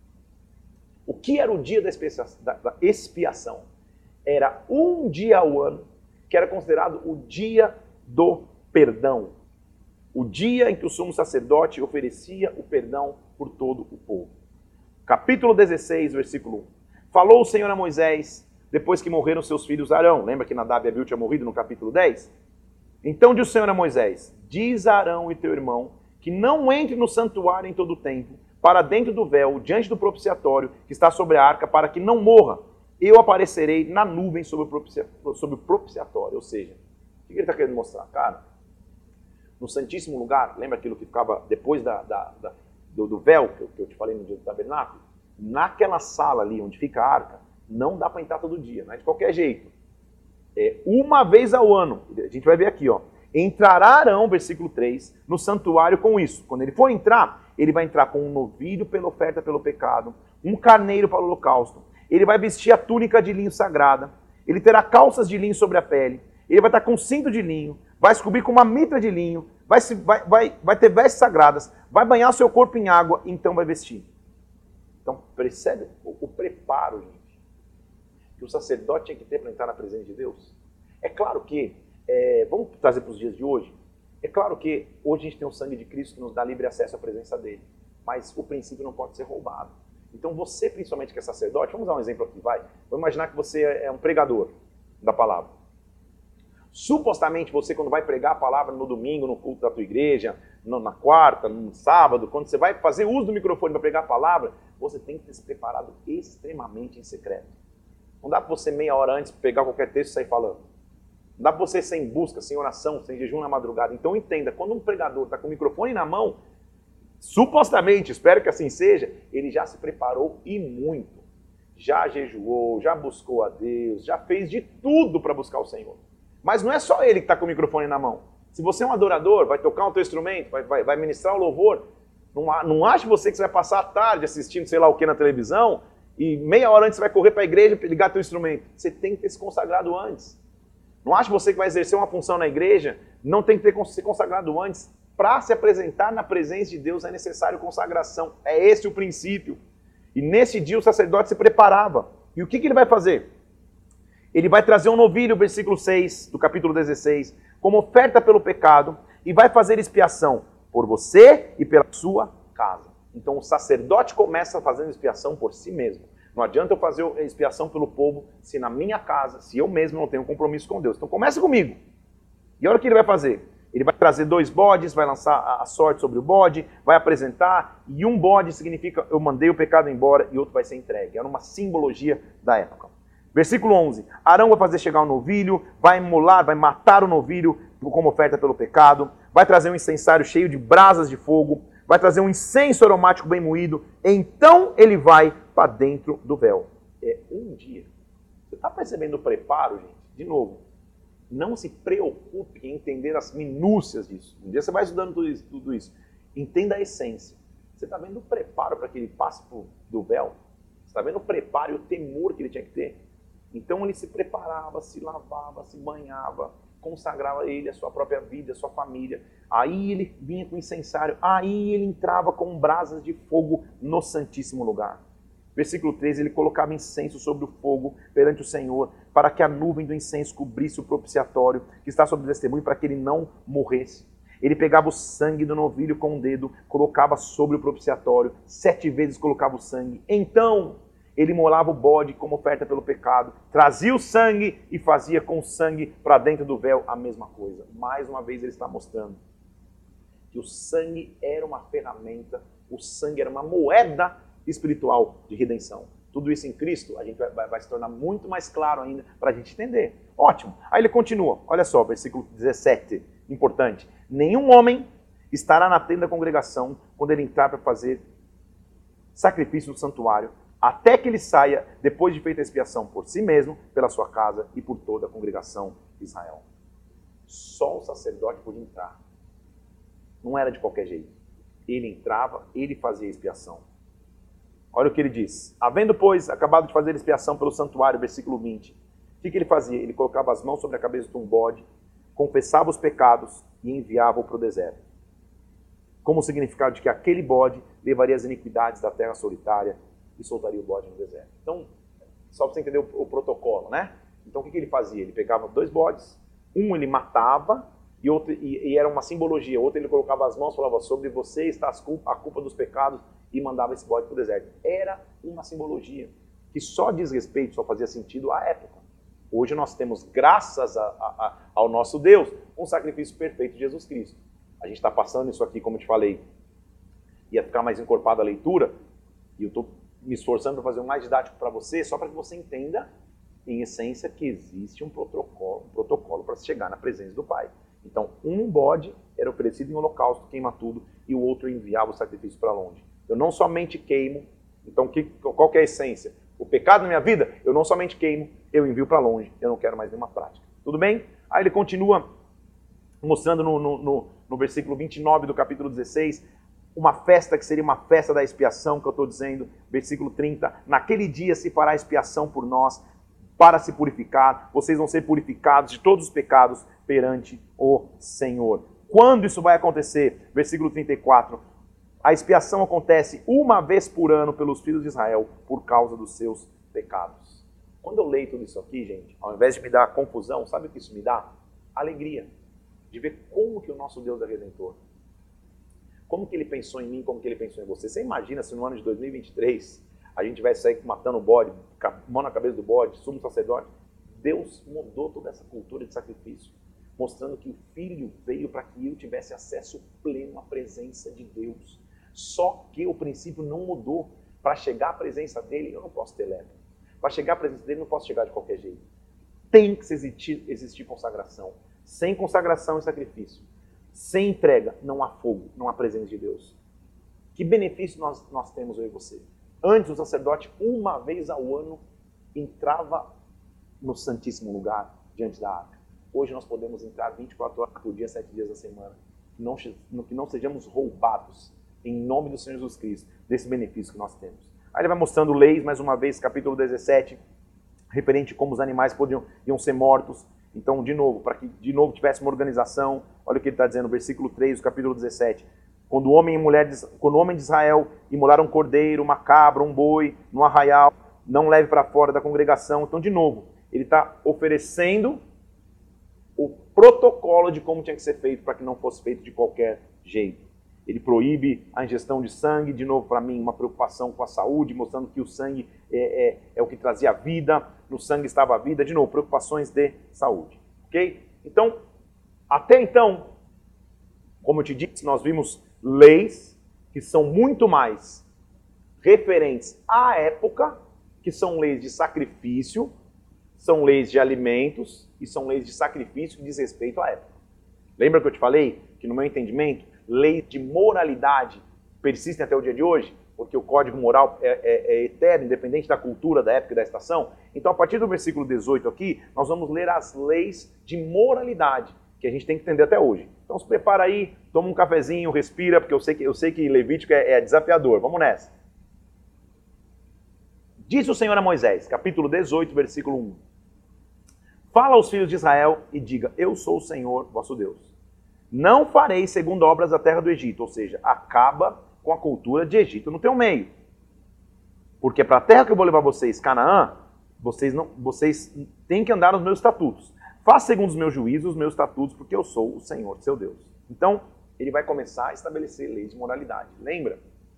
O que era o dia da expiação? Da, da expiação? Era um dia ao ano que era considerado o dia do perdão. O dia em que o sumo sacerdote oferecia o perdão por todo o povo. Capítulo dezesseis, versículo um. Falou o Senhor a Moisés, depois que morreram seus filhos Arão. Lembra que Nadab e Abiú tinham morrido no capítulo dez? Então disse o Senhor a Moisés, diz a Arão e teu irmão, que não entre no santuário em todo o tempo, para dentro do véu, diante do propiciatório, que está sobre a arca, para que não morra. Eu aparecerei na nuvem sobre o propiciatório. Sobre o propiciatório. Ou seja, o que ele está querendo mostrar? Cara, no Santíssimo Lugar, lembra aquilo que ficava depois da, da, da, do, do véu, que eu, que eu te falei no dia do tabernáculo? Naquela sala ali, onde fica a arca, não dá para entrar todo dia, não é de qualquer jeito. É uma vez ao ano, a gente vai ver aqui, ó. Entrará Arão, versículo três, no santuário com isso. Quando ele for entrar, ele vai entrar com um novilho pela oferta pelo pecado, um carneiro para o holocausto. Ele vai vestir a túnica de linho sagrada, ele terá calças de linho sobre a pele, ele vai estar com cinto de linho, vai se cobrir com uma mitra de linho, vai, se, vai, vai, vai ter vestes sagradas, vai banhar seu corpo em água, então vai vestir. Então, percebe o, o preparo, gente, que o sacerdote tinha que ter para entrar na presença de Deus? É claro que, é, vamos trazer para os dias de hoje, é claro que hoje a gente tem o sangue de Cristo que nos dá livre acesso à presença dele, mas o princípio não pode ser roubado. Então você, principalmente que é sacerdote, vamos dar um exemplo aqui, vai. Vamos imaginar que você é um pregador da palavra. Supostamente você, quando vai pregar a palavra no domingo, no culto da tua igreja, no, na quarta, no sábado, quando você vai fazer uso do microfone para pregar a palavra, você tem que ter se preparado extremamente em secreto. Não dá para você meia hora antes pegar qualquer texto e sair falando. Não dá para você sem busca, sem oração, sem jejum na madrugada. Então entenda, quando um pregador está com o microfone na mão, supostamente, espero que assim seja, ele já se preparou e muito. Já jejuou, já buscou a Deus, já fez de tudo para buscar o Senhor. Mas não é só ele que está com o microfone na mão. Se você é um adorador, vai tocar um teu instrumento, vai, vai, vai ministrar o louvor, não, não ache você que você vai passar a tarde assistindo sei lá o que na televisão e meia hora antes você vai correr para a igreja para ligar teu instrumento. Você tem que ter se consagrado antes. Não ache você que vai exercer uma função na igreja, não tem que ter se consagrado antes. Para se apresentar na presença de Deus é necessário consagração. É esse o princípio. E nesse dia o sacerdote se preparava. E o que, que ele vai fazer? Ele vai trazer um novilho, versículo seis do capítulo dezesseis, como oferta pelo pecado, e vai fazer expiação por você e pela sua casa. Então o sacerdote começa fazendo expiação por si mesmo. Não adianta eu fazer expiação pelo povo se na minha casa, se eu mesmo não tenho compromisso com Deus. Então começa comigo. E olha o que ele vai fazer. Ele vai trazer dois bodes, vai lançar a sorte sobre o bode, vai apresentar, e um bode significa eu mandei o pecado embora e outro vai ser entregue. Era uma simbologia da época. Versículo onze. Arão vai fazer chegar o novilho, vai imolar, vai matar o novilho como oferta pelo pecado, vai trazer um incensário cheio de brasas de fogo, vai trazer um incenso aromático bem moído, então ele vai para dentro do véu. É um dia. Você está percebendo o preparo, gente? De novo, não se preocupe em entender as minúcias disso. Um dia você vai estudando tudo isso. Tudo isso. Entenda a essência. Você está vendo o preparo para que ele passe pro, do véu? Você está vendo o preparo e o temor que ele tinha que ter? Então ele se preparava, se lavava, se banhava, consagrava ele, a sua própria vida, a sua família. Aí ele vinha com incensário, aí ele entrava com brasas de fogo no Santíssimo Lugar. Versículo treze, ele colocava incenso sobre o fogo perante o Senhor, para que a nuvem do incenso cobrisse o propiciatório que está sobre o testemunho, para que ele não morresse. Ele pegava o sangue do novilho com o dedo, colocava sobre o propiciatório, sete vezes colocava o sangue. Então ele molava o bode como oferta pelo pecado, trazia o sangue e fazia com o sangue para dentro do véu a mesma coisa. Mais uma vez ele está mostrando que o sangue era uma ferramenta, o sangue era uma moeda espiritual de redenção. Tudo isso em Cristo, a gente vai, vai, vai se tornar muito mais claro ainda para a gente entender. Ótimo. Aí ele continua, olha só, versículo dezessete, importante. Nenhum homem estará na tenda da congregação quando ele entrar para fazer sacrifício no santuário, até que ele saia, depois de feita a expiação por si mesmo, pela sua casa e por toda a congregação de Israel. Só o sacerdote podia entrar. Não era de qualquer jeito. Ele entrava, ele fazia a expiação. Olha o que ele diz. Havendo, pois, acabado de fazer expiação pelo santuário, versículo vinte, o que, que ele fazia? Ele colocava as mãos sobre a cabeça de um bode, confessava os pecados e enviava-o para o deserto. Como o significado de que aquele bode levaria as iniquidades da terra solitária e soltaria o bode no deserto. Então, só para você entender o, o protocolo, né? Então, o que, que ele fazia? Ele pegava dois bodes, um ele matava, e, outro, e, e era uma simbologia, outro ele colocava as mãos e falava, sobre você está a culpa, a culpa dos pecados, e mandava esse bode para o deserto. Era uma simbologia que só diz respeito, só fazia sentido à época. Hoje nós temos, graças a, a, a, ao nosso Deus, um sacrifício perfeito de Jesus Cristo. A gente está passando isso aqui, como eu te falei, ia ficar mais encorpada a leitura, e eu estou me esforçando para fazer o mais didático para você, só para que você entenda, em essência, que existe um protocolo, um protocolo para se chegar na presença do Pai. Então, um bode era oferecido em holocausto, queima tudo, e o outro enviava o sacrifício para longe. Eu não somente queimo, então que, qual que é a essência? O pecado na minha vida, eu não somente queimo, eu envio para longe, eu não quero mais nenhuma prática. Tudo bem? Aí ele continua mostrando no, no, no, no versículo vinte e nove do capítulo dezesseis, uma festa que seria uma festa da expiação, que eu estou dizendo, versículo trinta, naquele dia se fará expiação por nós, para se purificar, vocês vão ser purificados de todos os pecados perante o Senhor. Quando isso vai acontecer? Versículo trinta e quatro, a expiação acontece uma vez por ano pelos filhos de Israel, por causa dos seus pecados. Quando eu leio tudo isso aqui, gente, ao invés de me dar confusão, sabe o que isso me dá? Alegria, de ver como que o nosso Deus é Redentor. Como que ele pensou em mim, como que ele pensou em você. Você imagina se no ano de dois mil e vinte e três a gente tivesse sair matando o bode, mão na cabeça do bode, sumo sacerdote? Deus mudou toda essa cultura de sacrifício, mostrando que o Filho veio para que eu tivesse acesso pleno à presença de Deus. Só que o princípio não mudou. Para chegar à presença dele, eu não posso ter lepra. Para chegar à presença dele, eu não posso chegar de qualquer jeito. Tem que existir, existir consagração. Sem consagração e sacrifício, sem entrega, não há fogo, não há presença de Deus. Que benefício nós, nós temos, eu e você? Antes, o sacerdote, uma vez ao ano, entrava no Santíssimo Lugar, diante da arca. Hoje nós podemos entrar vinte e quatro horas por dia, sete dias da semana. Que não, que não sejamos roubados, em nome do Senhor Jesus Cristo, desse benefício que nós temos. Aí ele vai mostrando leis, mais uma vez, capítulo dezessete, referente a como os animais podiam iam ser mortos. Então, de novo, para que de novo tivesse uma organização, olha o que ele está dizendo, versículo três do capítulo dezessete. Quando o homem e mulher, quando o homem de Israel imolaram um cordeiro, uma cabra, um boi, no arraial, não leve para fora da congregação. Então, de novo, ele está oferecendo o protocolo de como tinha que ser feito para que não fosse feito de qualquer jeito. Ele proíbe a ingestão de sangue, de novo para mim, uma preocupação com a saúde, mostrando que o sangue é, é, é o que trazia a vida, no sangue estava a vida, de novo, preocupações de saúde. Ok? Então, até então, como eu te disse, nós vimos leis que são muito mais referentes à época, que são leis de sacrifício, são leis de alimentos e são leis de sacrifício que diz respeito à época. Lembra que eu te falei que, no meu entendimento, leis de moralidade persistem até o dia de hoje? Porque o código moral é, é, é eterno, independente da cultura, da época e da estação. Então, a partir do versículo dezoito aqui, nós vamos ler as leis de moralidade, que a gente tem que entender até hoje. Então, se prepara aí, toma um cafezinho, respira, porque eu sei que, eu sei que Levítico é, é desafiador. Vamos nessa. Disse o Senhor a Moisés, capítulo dezoito, versículo um. Fala aos filhos de Israel e diga, eu sou o Senhor, vosso Deus. Não farei segundo obras da terra do Egito, ou seja, acaba com a cultura de Egito no teu meio. Porque para a terra que eu vou levar vocês, Canaã, vocês, não, vocês têm que andar nos meus estatutos. Faça segundo os meus juízos, os meus estatutos, porque eu sou o Senhor, seu Deus. Então, ele vai começar a estabelecer leis de moralidade. Lembra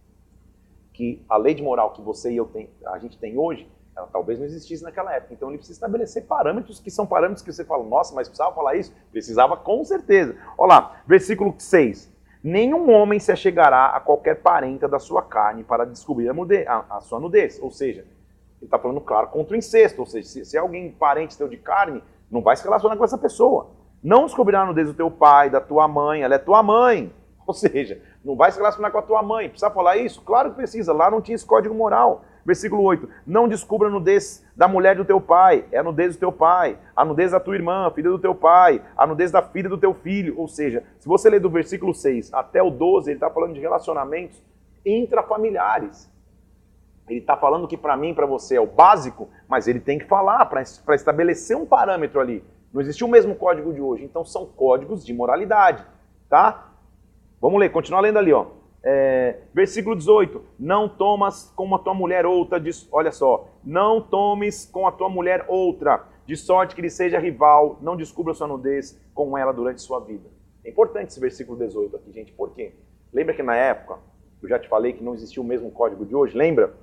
que a lei de moral que você e eu tem, a gente tem hoje, ela talvez não existisse naquela época. Então ele precisa estabelecer parâmetros que são parâmetros que você fala, nossa, mas precisava falar isso? Precisava com certeza. Olha lá, versículo seis. Nenhum homem se achegará a qualquer parenta da sua carne para descobrir a, nudez, a, a sua nudez. Ou seja, ele está falando, claro, contra o incesto. Ou seja, se, se é alguém parente teu de carne, não vai se relacionar com essa pessoa. Não descobrirá a nudez do teu pai, da tua mãe, ela é tua mãe. Ou seja, não vai se relacionar com a tua mãe. Precisa falar isso? Claro que precisa. Lá não tinha esse código moral. Versículo oito. Não descubra a nudez da mulher do teu pai. É a nudez do teu pai. A nudez da tua irmã, filha do teu pai. A nudez da filha do teu filho. Ou seja, se você ler do versículo seis até o doze, ele está falando de relacionamentos intrafamiliares. Ele está falando que para mim e para você é o básico, mas ele tem que falar para estabelecer um parâmetro ali. Não existe o mesmo código de hoje. Então são códigos de moralidade. Tá? Vamos ler, continuar lendo ali, ó. É, versículo dezoito. Não tomas com a tua mulher outra, de, olha só. Não tomes com a tua mulher outra, de sorte que lhe seja rival, não descubra sua nudez com ela durante sua vida. É importante esse versículo dezoito aqui, gente. Por quê? Lembra que na época, eu já te falei que não existia o mesmo código de hoje? Lembra?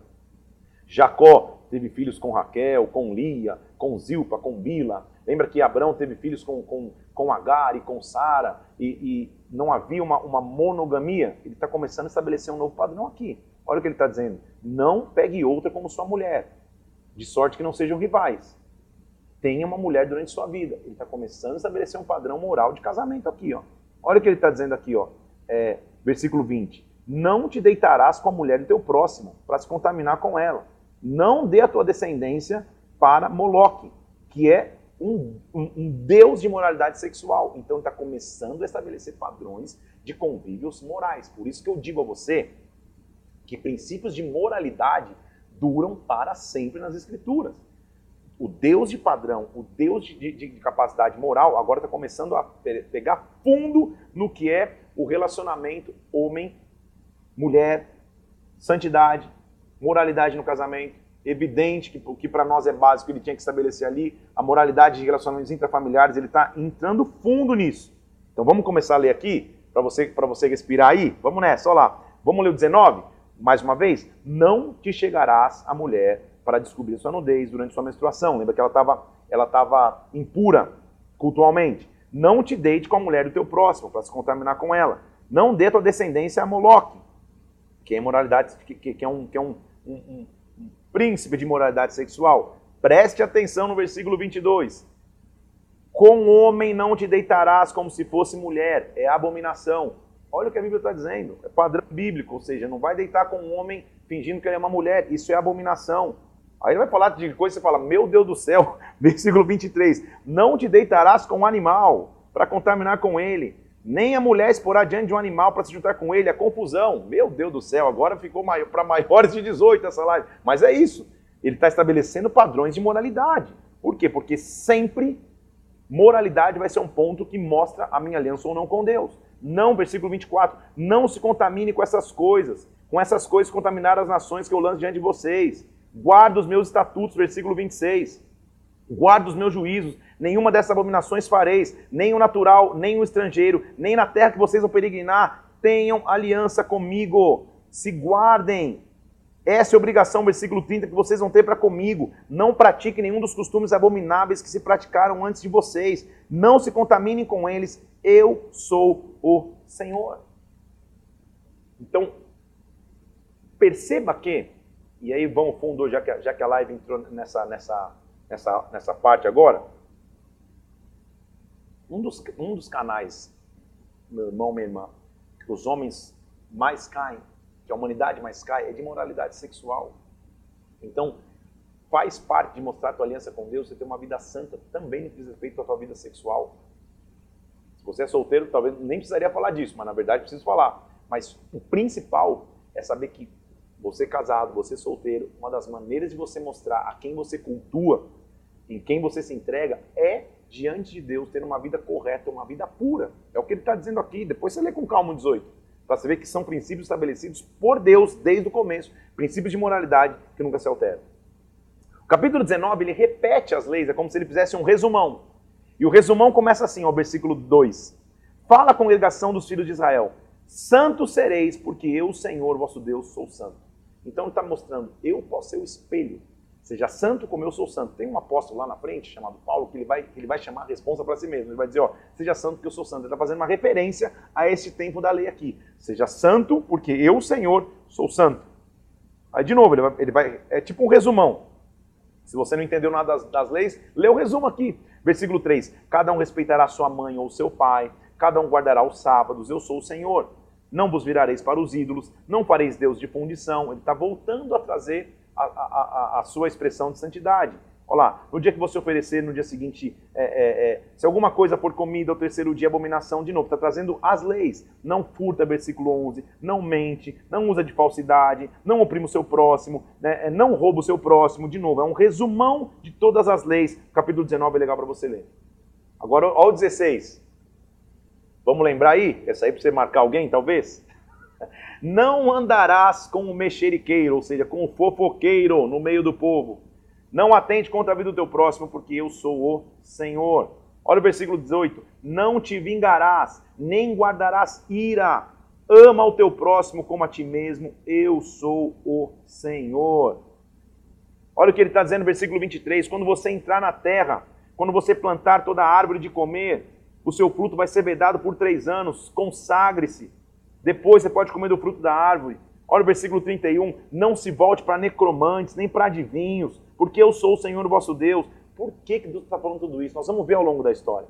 Jacó teve filhos com Raquel, com Lia, com Zilpa, com Bila. Lembra que Abrão teve filhos com, com, com Agar e com Sara e, e não havia uma, uma monogamia? Ele está começando a estabelecer um novo padrão aqui. Olha o que ele está dizendo. Não pegue outra como sua mulher, de sorte que não sejam rivais. Tenha uma mulher durante sua vida. Ele está começando a estabelecer um padrão moral de casamento aqui. Ó. Olha o que ele está dizendo aqui, ó. É, versículo vinte. Não te deitarás com a mulher do teu próximo, para se contaminar com ela. Não dê a tua descendência para Moloque, que é um, um, um deus de moralidade sexual. Então está começando a estabelecer padrões de convívios morais. Por isso que eu digo a você que princípios de moralidade duram para sempre nas Escrituras. O Deus de padrão, o Deus de, de, de capacidade moral, agora está começando a pegar fundo no que é o relacionamento homem-mulher, santidade, moralidade no casamento. Evidente que, que para nós é básico, ele tinha que estabelecer ali a moralidade de relacionamentos intrafamiliares, ele está entrando fundo nisso. Então vamos começar a ler aqui, para você, para você respirar aí? Vamos nessa, olha lá. Vamos ler o dezenove? Mais uma vez. Não te chegarás à mulher para descobrir sua nudez durante sua menstruação. Lembra que ela estava ela estava impura cultualmente. Não te deite com a mulher do teu próximo, para se contaminar com ela. Não dê tua descendência a Moloque, que é moralidade, que, que é um... Que é um, um, um príncipe de moralidade sexual. Preste atenção no versículo vinte e dois. Com homem não te deitarás como se fosse mulher. É abominação. Olha o que a Bíblia está dizendo. É padrão bíblico. Ou seja, não vai deitar com um homem fingindo que ele é uma mulher. Isso é abominação. Aí ele vai falar de coisa e você fala, meu Deus do céu. Versículo vinte e três. Não te deitarás com um animal para contaminar com ele. Nem a mulher exporá diante de um animal para se juntar com ele, a confusão. Meu Deus do céu, agora ficou para maiores de dezoito essa live. Mas é isso, ele está estabelecendo padrões de moralidade. Por quê? Porque sempre moralidade vai ser um ponto que mostra a minha aliança ou não com Deus. Não, versículo vinte e quatro, não se contamine com essas coisas, com essas coisas contaminaram as nações que eu lanço diante de vocês. Guarda os meus estatutos, versículo vinte e seis. Guarda os meus juízos, nenhuma dessas abominações fareis, nem o natural, nem o estrangeiro, nem na terra que vocês vão peregrinar, tenham aliança comigo, se guardem. Essa é a obrigação, versículo trinta, que vocês vão ter para comigo. Não pratiquem nenhum dos costumes abomináveis que se praticaram antes de vocês. Não se contaminem com eles, eu sou o Senhor. Então, perceba que, e aí vamos fundo, já que, já que a live entrou nessa... nessa Nessa, nessa parte agora, um dos, um dos canais, meu irmão, minha irmã, que os homens mais caem, que a humanidade mais cai, é de moralidade sexual. Então, faz parte de mostrar a tua aliança com Deus, você ter uma vida santa, também no que diz respeito à tua vida sexual. Se você é solteiro, talvez nem precisaria falar disso, mas na verdade preciso falar. Mas o principal é saber que você casado, você solteiro, uma das maneiras de você mostrar a quem você cultua em quem você se entrega, é diante de Deus ter uma vida correta, uma vida pura. É o que ele está dizendo aqui. Depois você lê com calma o dezoito, para você ver que são princípios estabelecidos por Deus desde o começo. Princípios de moralidade que nunca se alteram. O capítulo dezenove, ele repete as leis, é como se ele fizesse um resumão. E o resumão começa assim, ó, versículo dois. Fala a congregação dos filhos de Israel. Santos sereis, porque eu, Senhor, vosso Deus, sou santo. Então ele está mostrando, eu posso ser o espelho. Seja santo como eu sou santo. Tem um apóstolo lá na frente, chamado Paulo, que ele vai, ele vai chamar a responsa para si mesmo. Ele vai dizer, ó, seja santo porque eu sou santo. Ele está fazendo uma referência a esse tempo da lei aqui. Seja santo porque eu, Senhor, sou santo. Aí de novo, ele vai, ele vai é tipo um resumão. Se você não entendeu nada das, das leis, lê o resumo aqui. Versículo três. Cada um respeitará sua mãe ou seu pai. Cada um guardará os sábados. Eu sou o Senhor. Não vos virareis para os ídolos. Não fareis Deus de fundição. Ele está voltando a trazer A, a, a, a sua expressão de santidade. Olha lá, no dia que você oferecer, no dia seguinte, é, é, é, se alguma coisa for comida, ao terceiro dia, abominação, de novo, está trazendo as leis. Não furta, versículo onze, não mente, não usa de falsidade, não oprime o seu próximo, né, não rouba o seu próximo, de novo, é um resumão de todas as leis. O capítulo dezenove é legal para você ler. Agora, olha o dezesseis. Vamos lembrar aí? Essa aí para você marcar alguém, talvez? Não andarás com o mexeriqueiro, ou seja, com o fofoqueiro no meio do povo. Não atente contra a vida do teu próximo, porque eu sou o Senhor. Olha o versículo dezoito. Não te vingarás, nem guardarás ira. Ama o teu próximo como a ti mesmo. Eu sou o Senhor. Olha o que ele está dizendo no versículo vinte e três. Quando você entrar na terra, quando você plantar toda a árvore de comer, o seu fruto vai ser vedado por três anos. Consagre-se. Depois você pode comer do fruto da árvore. Olha o versículo trinta e um. Não se volte para necromantes, nem para adivinhos, porque eu sou o Senhor vosso Deus. Por que que Deus está falando tudo isso? Nós vamos ver ao longo da história.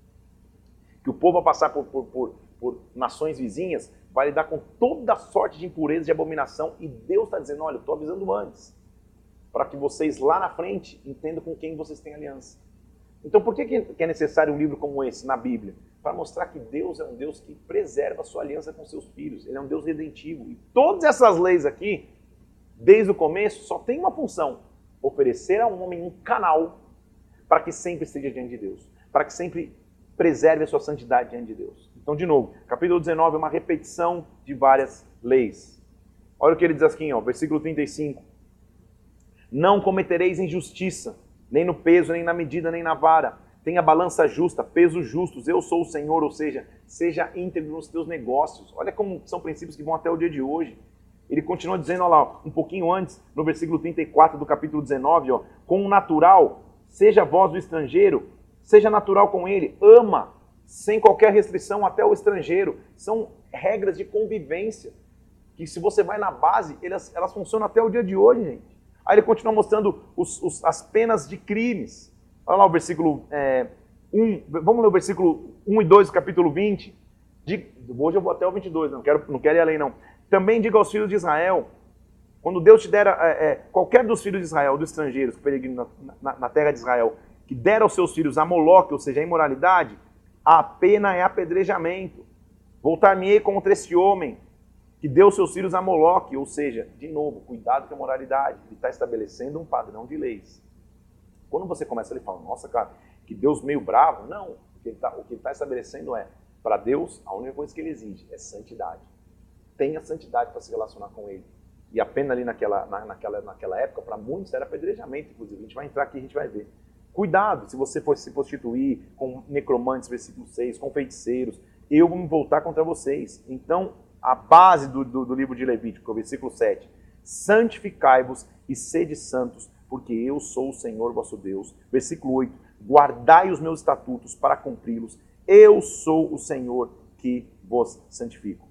Que o povo vai passar por, por, por, por nações vizinhas, vai lidar com toda sorte de impureza, de abominação, e Deus está dizendo, olha, eu estou avisando antes, para que vocês lá na frente entendam com quem vocês têm aliança. Então por que que é necessário um livro como esse na Bíblia? Para mostrar que Deus é um Deus que preserva a sua aliança com seus filhos. Ele é um Deus redentivo. E todas essas leis aqui, desde o começo, só tem uma função. Oferecer a um homem um canal para que sempre esteja diante de Deus. Para que sempre preserve a sua santidade diante de Deus. Então, de novo, capítulo dezenove é uma repetição de várias leis. Olha o que ele diz aqui, ó, versículo trinta e cinco. Não cometereis injustiça, nem no peso, nem na medida, nem na vara. Tenha balança justa, pesos justos, eu sou o Senhor, ou seja, seja íntegro nos teus negócios. Olha como são princípios que vão até o dia de hoje. Ele continua dizendo, olha lá, um pouquinho antes, no versículo trinta e quatro do capítulo dezenove, ó, com o natural, seja vós do estrangeiro, seja natural com ele, ama, sem qualquer restrição até o estrangeiro. São regras de convivência, que se você vai na base, elas, elas funcionam até o dia de hoje, gente. Aí ele continua mostrando os, os, as penas de crimes. Olha lá o versículo é, um, vamos ler o versículo um e dois do capítulo vinte. De, hoje eu vou até o vinte e dois, não quero, não quero ir além não. Também diga aos filhos de Israel, quando Deus te der, é, é, qualquer dos filhos de Israel, dos estrangeiros que peregrinam na, na, na terra de Israel, que der aos seus filhos a Moloque, ou seja, a imoralidade, a pena é apedrejamento. Voltar-me-ei contra esse homem que deu seus filhos a Moloque, ou seja, de novo, cuidado com a moralidade. Ele está estabelecendo um padrão de leis. Quando você começa, ele fala, nossa, cara, que Deus meio bravo. Não, o que ele está estabelecendo é, para Deus, a única coisa que ele exige é santidade. Tenha santidade para se relacionar com ele. E a pena ali naquela, na, naquela, naquela época, para muitos, era apedrejamento, inclusive. A gente vai entrar aqui e a gente vai ver. Cuidado, se você for se prostituir com necromantes, versículo seis, com feiticeiros, eu vou me voltar contra vocês. Então, a base do, do, do livro de Levítico, o versículo sete, santificai-vos e sede santos, porque eu sou o Senhor vosso Deus. Versículo oito, guardai os meus estatutos para cumpri-los, eu sou o Senhor que vos santifico.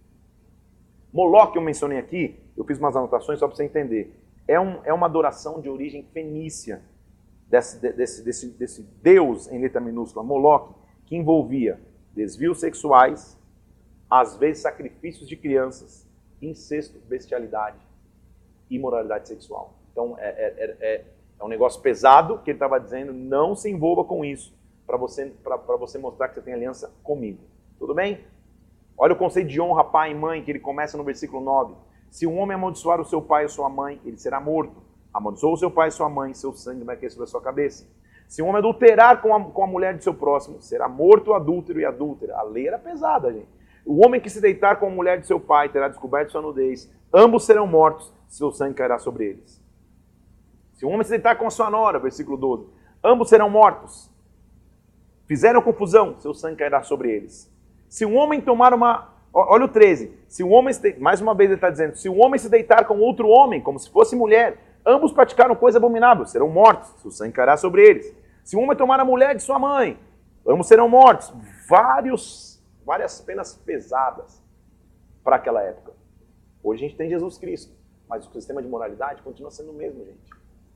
Moloque eu mencionei aqui, eu fiz umas anotações só para você entender. É, um, é uma adoração de origem fenícia, desse, desse, desse, desse Deus em letra minúscula, Moloque, que envolvia desvios sexuais, às vezes sacrifícios de crianças, incesto, bestialidade, imoralidade sexual. Então é, é, é, é um negócio pesado que ele estava dizendo, não se envolva com isso, para você, para você mostrar que você tem aliança comigo. Tudo bem? Olha o conceito de honra, pai e mãe, que ele começa no versículo nove. Se um homem amaldiçoar o seu pai ou sua mãe, ele será morto. Amaldiçoou o seu pai e sua mãe, seu sangue vai cair sobre a sua cabeça. Se um homem adulterar com a, com a mulher de seu próximo, será morto o adúltero e a adúltera. A lei era pesada, gente. O homem que se deitar com a mulher de seu pai terá descoberto sua nudez. Ambos serão mortos, seu sangue cairá sobre eles. Se um homem se deitar com a sua nora, versículo doze, ambos serão mortos. Fizeram confusão, seu sangue cairá sobre eles. Se um homem tomar uma... Olha o treze. Se um homem, mais uma vez ele está dizendo, se um homem se deitar com outro homem, como se fosse mulher, ambos praticaram coisa abominável, serão mortos, seu sangue cairá sobre eles. Se um homem tomar a mulher de sua mãe, ambos serão mortos. Vários, várias penas pesadas para aquela época. Hoje a gente tem Jesus Cristo, mas o sistema de moralidade continua sendo o mesmo, gente.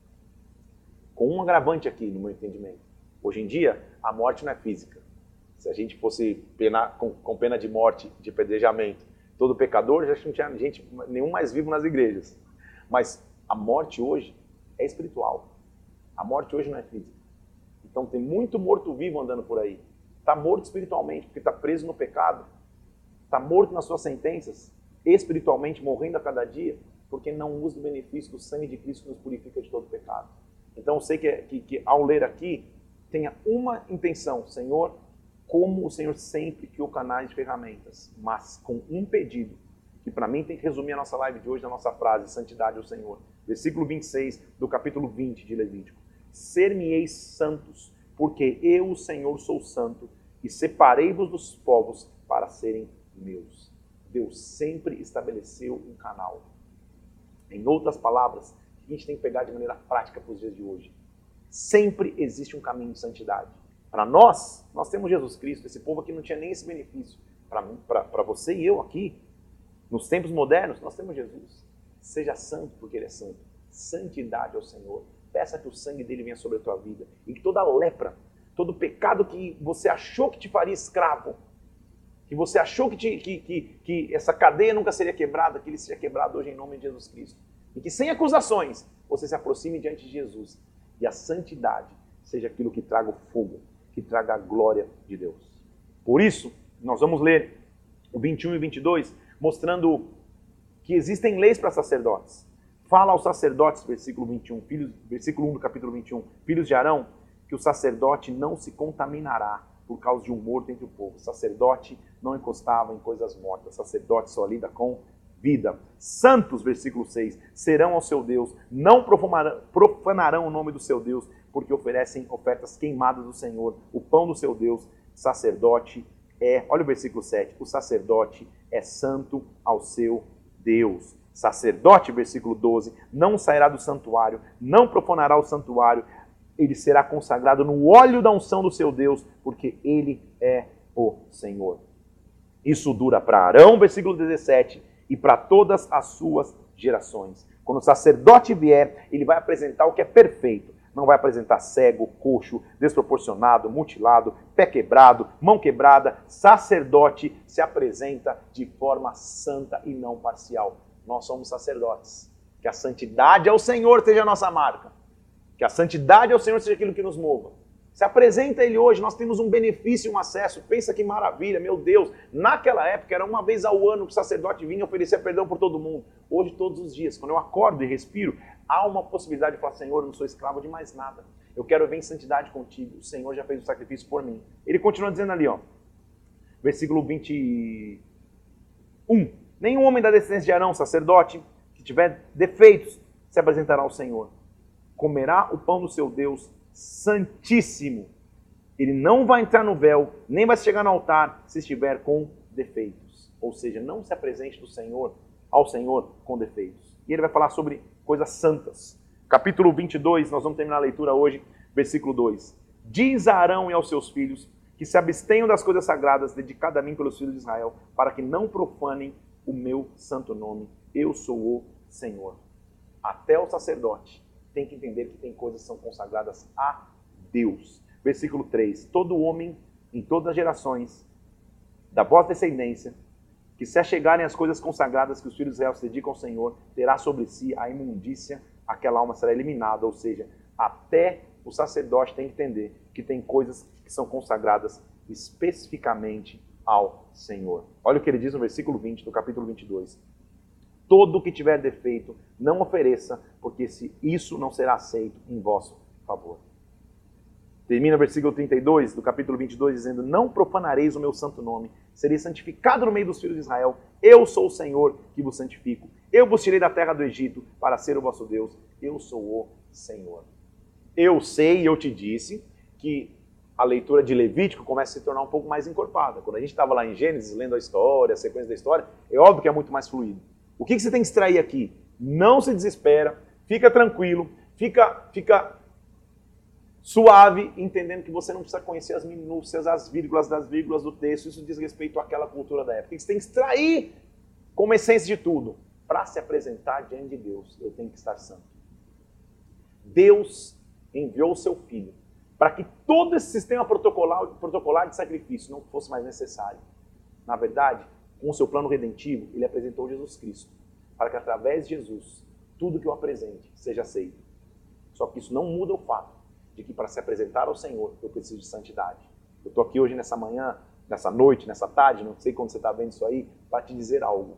Com um agravante aqui, no meu entendimento. Hoje em dia, a morte não é física. Se a gente fosse pena, com, com pena de morte, de apedrejamento, todo pecador, já não tinha gente nenhum mais vivo nas igrejas. Mas a morte hoje é espiritual. A morte hoje não é física. Então tem muito morto-vivo andando por aí. Está morto espiritualmente, porque está preso no pecado. Está morto nas suas sentenças, espiritualmente, morrendo a cada dia, porque não usa o benefício do sangue de Cristo que nos purifica de todo pecado. Então eu sei que, que, que ao ler aqui, tenha uma intenção, Senhor, como o Senhor sempre criou canais de ferramentas, mas com um pedido, que para mim tem que resumir a nossa live de hoje na nossa frase, santidade ao Senhor. Versículo vinte e seis do capítulo vinte de Levítico. Ser-me-eis santos, porque eu, o Senhor, sou santo, e separei-vos dos povos para serem meus. Deus sempre estabeleceu um canal. Em outras palavras, a gente tem que pegar de maneira prática para os dias de hoje. Sempre existe um caminho de santidade. Para nós, nós temos Jesus Cristo. Esse povo aqui não tinha nem esse benefício. Para você e eu aqui, nos tempos modernos, nós temos Jesus. Seja santo porque Ele é santo. Santidade ao Senhor. Peça que o sangue dele venha sobre a tua vida. E que toda lepra, todo pecado que você achou que te faria escravo, que você achou que, te, que, que, que essa cadeia nunca seria quebrada, que ele seja quebrado hoje em nome de Jesus Cristo. E que sem acusações, você se aproxime diante de Jesus. E a santidade seja aquilo que traga o fogo, que traga a glória de Deus. Por isso, nós vamos ler o vinte e um e vinte e dois, mostrando que existem leis para sacerdotes. Fala aos sacerdotes, versículo vinte e um, filhos, versículo um do capítulo vinte e um, filhos de Arão, que o sacerdote não se contaminará por causa de um morto entre o povo. O sacerdote não encostava em coisas mortas. O sacerdote só lida com vida. Santos, versículo seis, serão ao seu Deus, não profanarão o nome do seu Deus, porque oferecem ofertas queimadas do Senhor, o pão do seu Deus. Sacerdote é, olha o versículo sete, o sacerdote é santo ao seu Deus. Sacerdote, versículo doze, não sairá do santuário, não profanará o santuário, ele será consagrado no óleo da unção do seu Deus, porque ele é o Senhor. Isso dura para Arão, versículo dezessete, e para todas as suas gerações. Quando o sacerdote vier, ele vai apresentar o que é perfeito. Não vai apresentar cego, coxo, desproporcionado, mutilado, pé quebrado, mão quebrada. Sacerdote se apresenta de forma santa e não parcial. Nós somos sacerdotes. Que a santidade ao Senhor seja a nossa marca. Que a santidade ao Senhor seja aquilo que nos mova. Se apresenta a Ele hoje, nós temos um benefício, um acesso. Pensa que maravilha, meu Deus. Naquela época era uma vez ao ano que o sacerdote vinha e oferecia perdão por todo mundo. Hoje, todos os dias, quando eu acordo e respiro, há uma possibilidade de falar, Senhor, eu não sou escravo de mais nada. Eu quero ver em santidade contigo. O Senhor já fez o sacrifício por mim. Ele continua dizendo ali, ó, versículo vinte e um. Nenhum homem da descendência de Arão, sacerdote, que tiver defeitos, se apresentará ao Senhor. Comerá o pão do seu Deus santíssimo. Ele não vai entrar no véu, nem vai chegar no altar se estiver com defeitos. Ou seja, não se apresente do Senhor, ao Senhor com defeitos. E ele vai falar sobre coisas santas. Capítulo vinte e dois, nós vamos terminar a leitura hoje, versículo dois. Diz a Arão e aos seus filhos que se abstenham das coisas sagradas dedicadas a mim pelos filhos de Israel, para que não profanem o meu santo nome. Eu sou o Senhor. Até o sacerdote tem que entender que tem coisas que são consagradas a Deus. Versículo três. Todo homem, em todas as gerações, da vossa descendência, que se achegarem às coisas consagradas que os filhos de Israel se dedicam ao Senhor, terá sobre si a imundícia, aquela alma será eliminada. Ou seja, até o sacerdote tem que entender que tem coisas que são consagradas especificamente ao Senhor. Olha o que ele diz no versículo vinte do capítulo vinte e dois. Todo o que tiver defeito, não ofereça, porque se isso não será aceito em vosso favor. Termina o versículo trinta e dois do capítulo vinte e dois dizendo: não profanareis o meu santo nome, serei santificado no meio dos filhos de Israel, eu sou o Senhor que vos santifico, eu vos tirei da terra do Egito para ser o vosso Deus, eu sou o Senhor. Eu sei e eu te disse que a leitura de Levítico começa a se tornar um pouco mais encorpada. Quando a gente estava lá em Gênesis, lendo a história, a sequência da história, é óbvio que é muito mais fluido. O que, que você tem que extrair aqui? Não se desespera, fica tranquilo, fica, fica suave, entendendo que você não precisa conhecer as minúcias, as vírgulas das vírgulas do texto, isso diz respeito àquela cultura da época. O que você tem que extrair como essência de tudo? Para se apresentar diante de Deus, eu tenho que estar santo. Deus enviou o seu Filho para que todo esse sistema protocolar, protocolar de sacrifício não fosse mais necessário. Na verdade, com o seu plano redentivo, ele apresentou Jesus Cristo, para que através de Jesus, tudo que eu apresente seja aceito. Só que isso não muda o fato de que para se apresentar ao Senhor, eu preciso de santidade. Eu estou aqui hoje nessa manhã, nessa noite, nessa tarde, não sei quando você está vendo isso aí, para te dizer algo.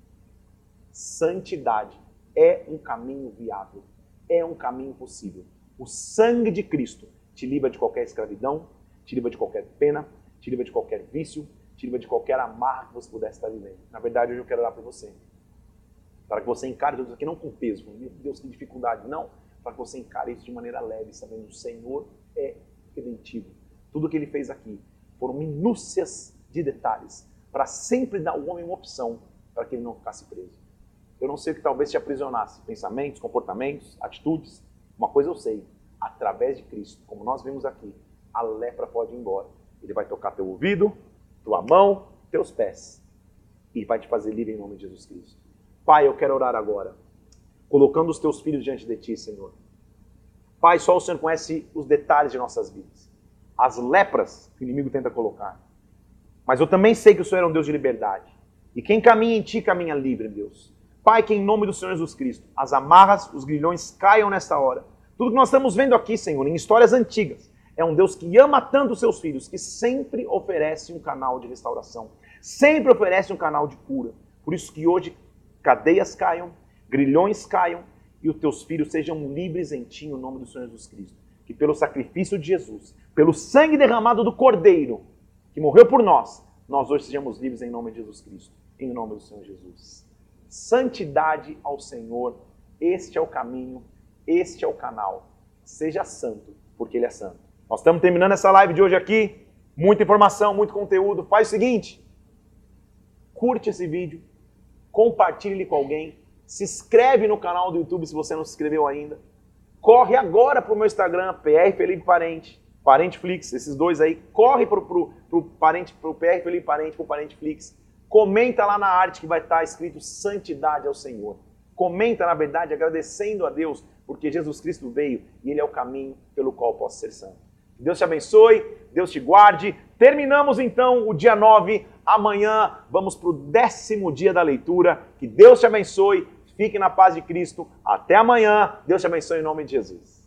Santidade é um caminho viável, é um caminho possível. O sangue de Cristo te livra de qualquer escravidão, te livra de qualquer pena, te livra de qualquer vício, te livra de qualquer amarra que você pudesse estar vivendo. Na verdade, hoje eu quero orar por você. Para que você encare tudo isso aqui não com peso, meu Deus, que dificuldade, não. Para que você encare isso de maneira leve, sabendo que o Senhor é redentivo. Tudo o que Ele fez aqui foram minúcias de detalhes, para sempre dar ao homem uma opção, para que ele não ficasse preso. Eu não sei o que talvez te aprisionasse, pensamentos, comportamentos, atitudes. Uma coisa eu sei, através de Cristo, como nós vimos aqui, a lepra pode ir embora. Ele vai tocar teu ouvido, tua mão, teus pés, e vai te fazer livre em nome de Jesus Cristo. Pai, eu quero orar agora, colocando os teus filhos diante de ti, Senhor. Pai, só o Senhor conhece os detalhes de nossas vidas, as lepras que o inimigo tenta colocar. Mas eu também sei que o Senhor é um Deus de liberdade, e quem caminha em ti, caminha livre, Deus. Pai, que em nome do Senhor Jesus Cristo, as amarras, os grilhões caiam nesta hora. Tudo que nós estamos vendo aqui, Senhor, em histórias antigas, é um Deus que ama tanto os seus filhos, que sempre oferece um canal de restauração, sempre oferece um canal de cura. Por isso que hoje cadeias caiam, grilhões caiam, e os teus filhos sejam livres em ti, em nome do Senhor Jesus Cristo. Que pelo sacrifício de Jesus, pelo sangue derramado do Cordeiro, que morreu por nós, nós hoje sejamos livres em nome de Jesus Cristo, em nome do Senhor Jesus. Santidade ao Senhor, este é o caminho, este é o canal. Seja santo, porque Ele é santo. Nós estamos terminando essa live de hoje aqui, muita informação, muito conteúdo. Faz o seguinte, curte esse vídeo, compartilhe ele com alguém, se inscreve no canal do YouTube se você não se inscreveu ainda, corre agora para o meu Instagram, P R Felipe Parente, Parenteflix, esses dois aí, corre para o Parente, pro P R Felipe Parente, para o Parenteflix, comenta lá na arte que vai estar escrito Santidade ao Senhor. Comenta, na verdade, agradecendo a Deus, porque Jesus Cristo veio e Ele é o caminho pelo qual eu posso ser santo. Deus te abençoe, Deus te guarde. Terminamos então o dia nove. Amanhã vamos para o décimo dia da leitura. Que Deus te abençoe. Fique na paz de Cristo. Até amanhã. Deus te abençoe em nome de Jesus.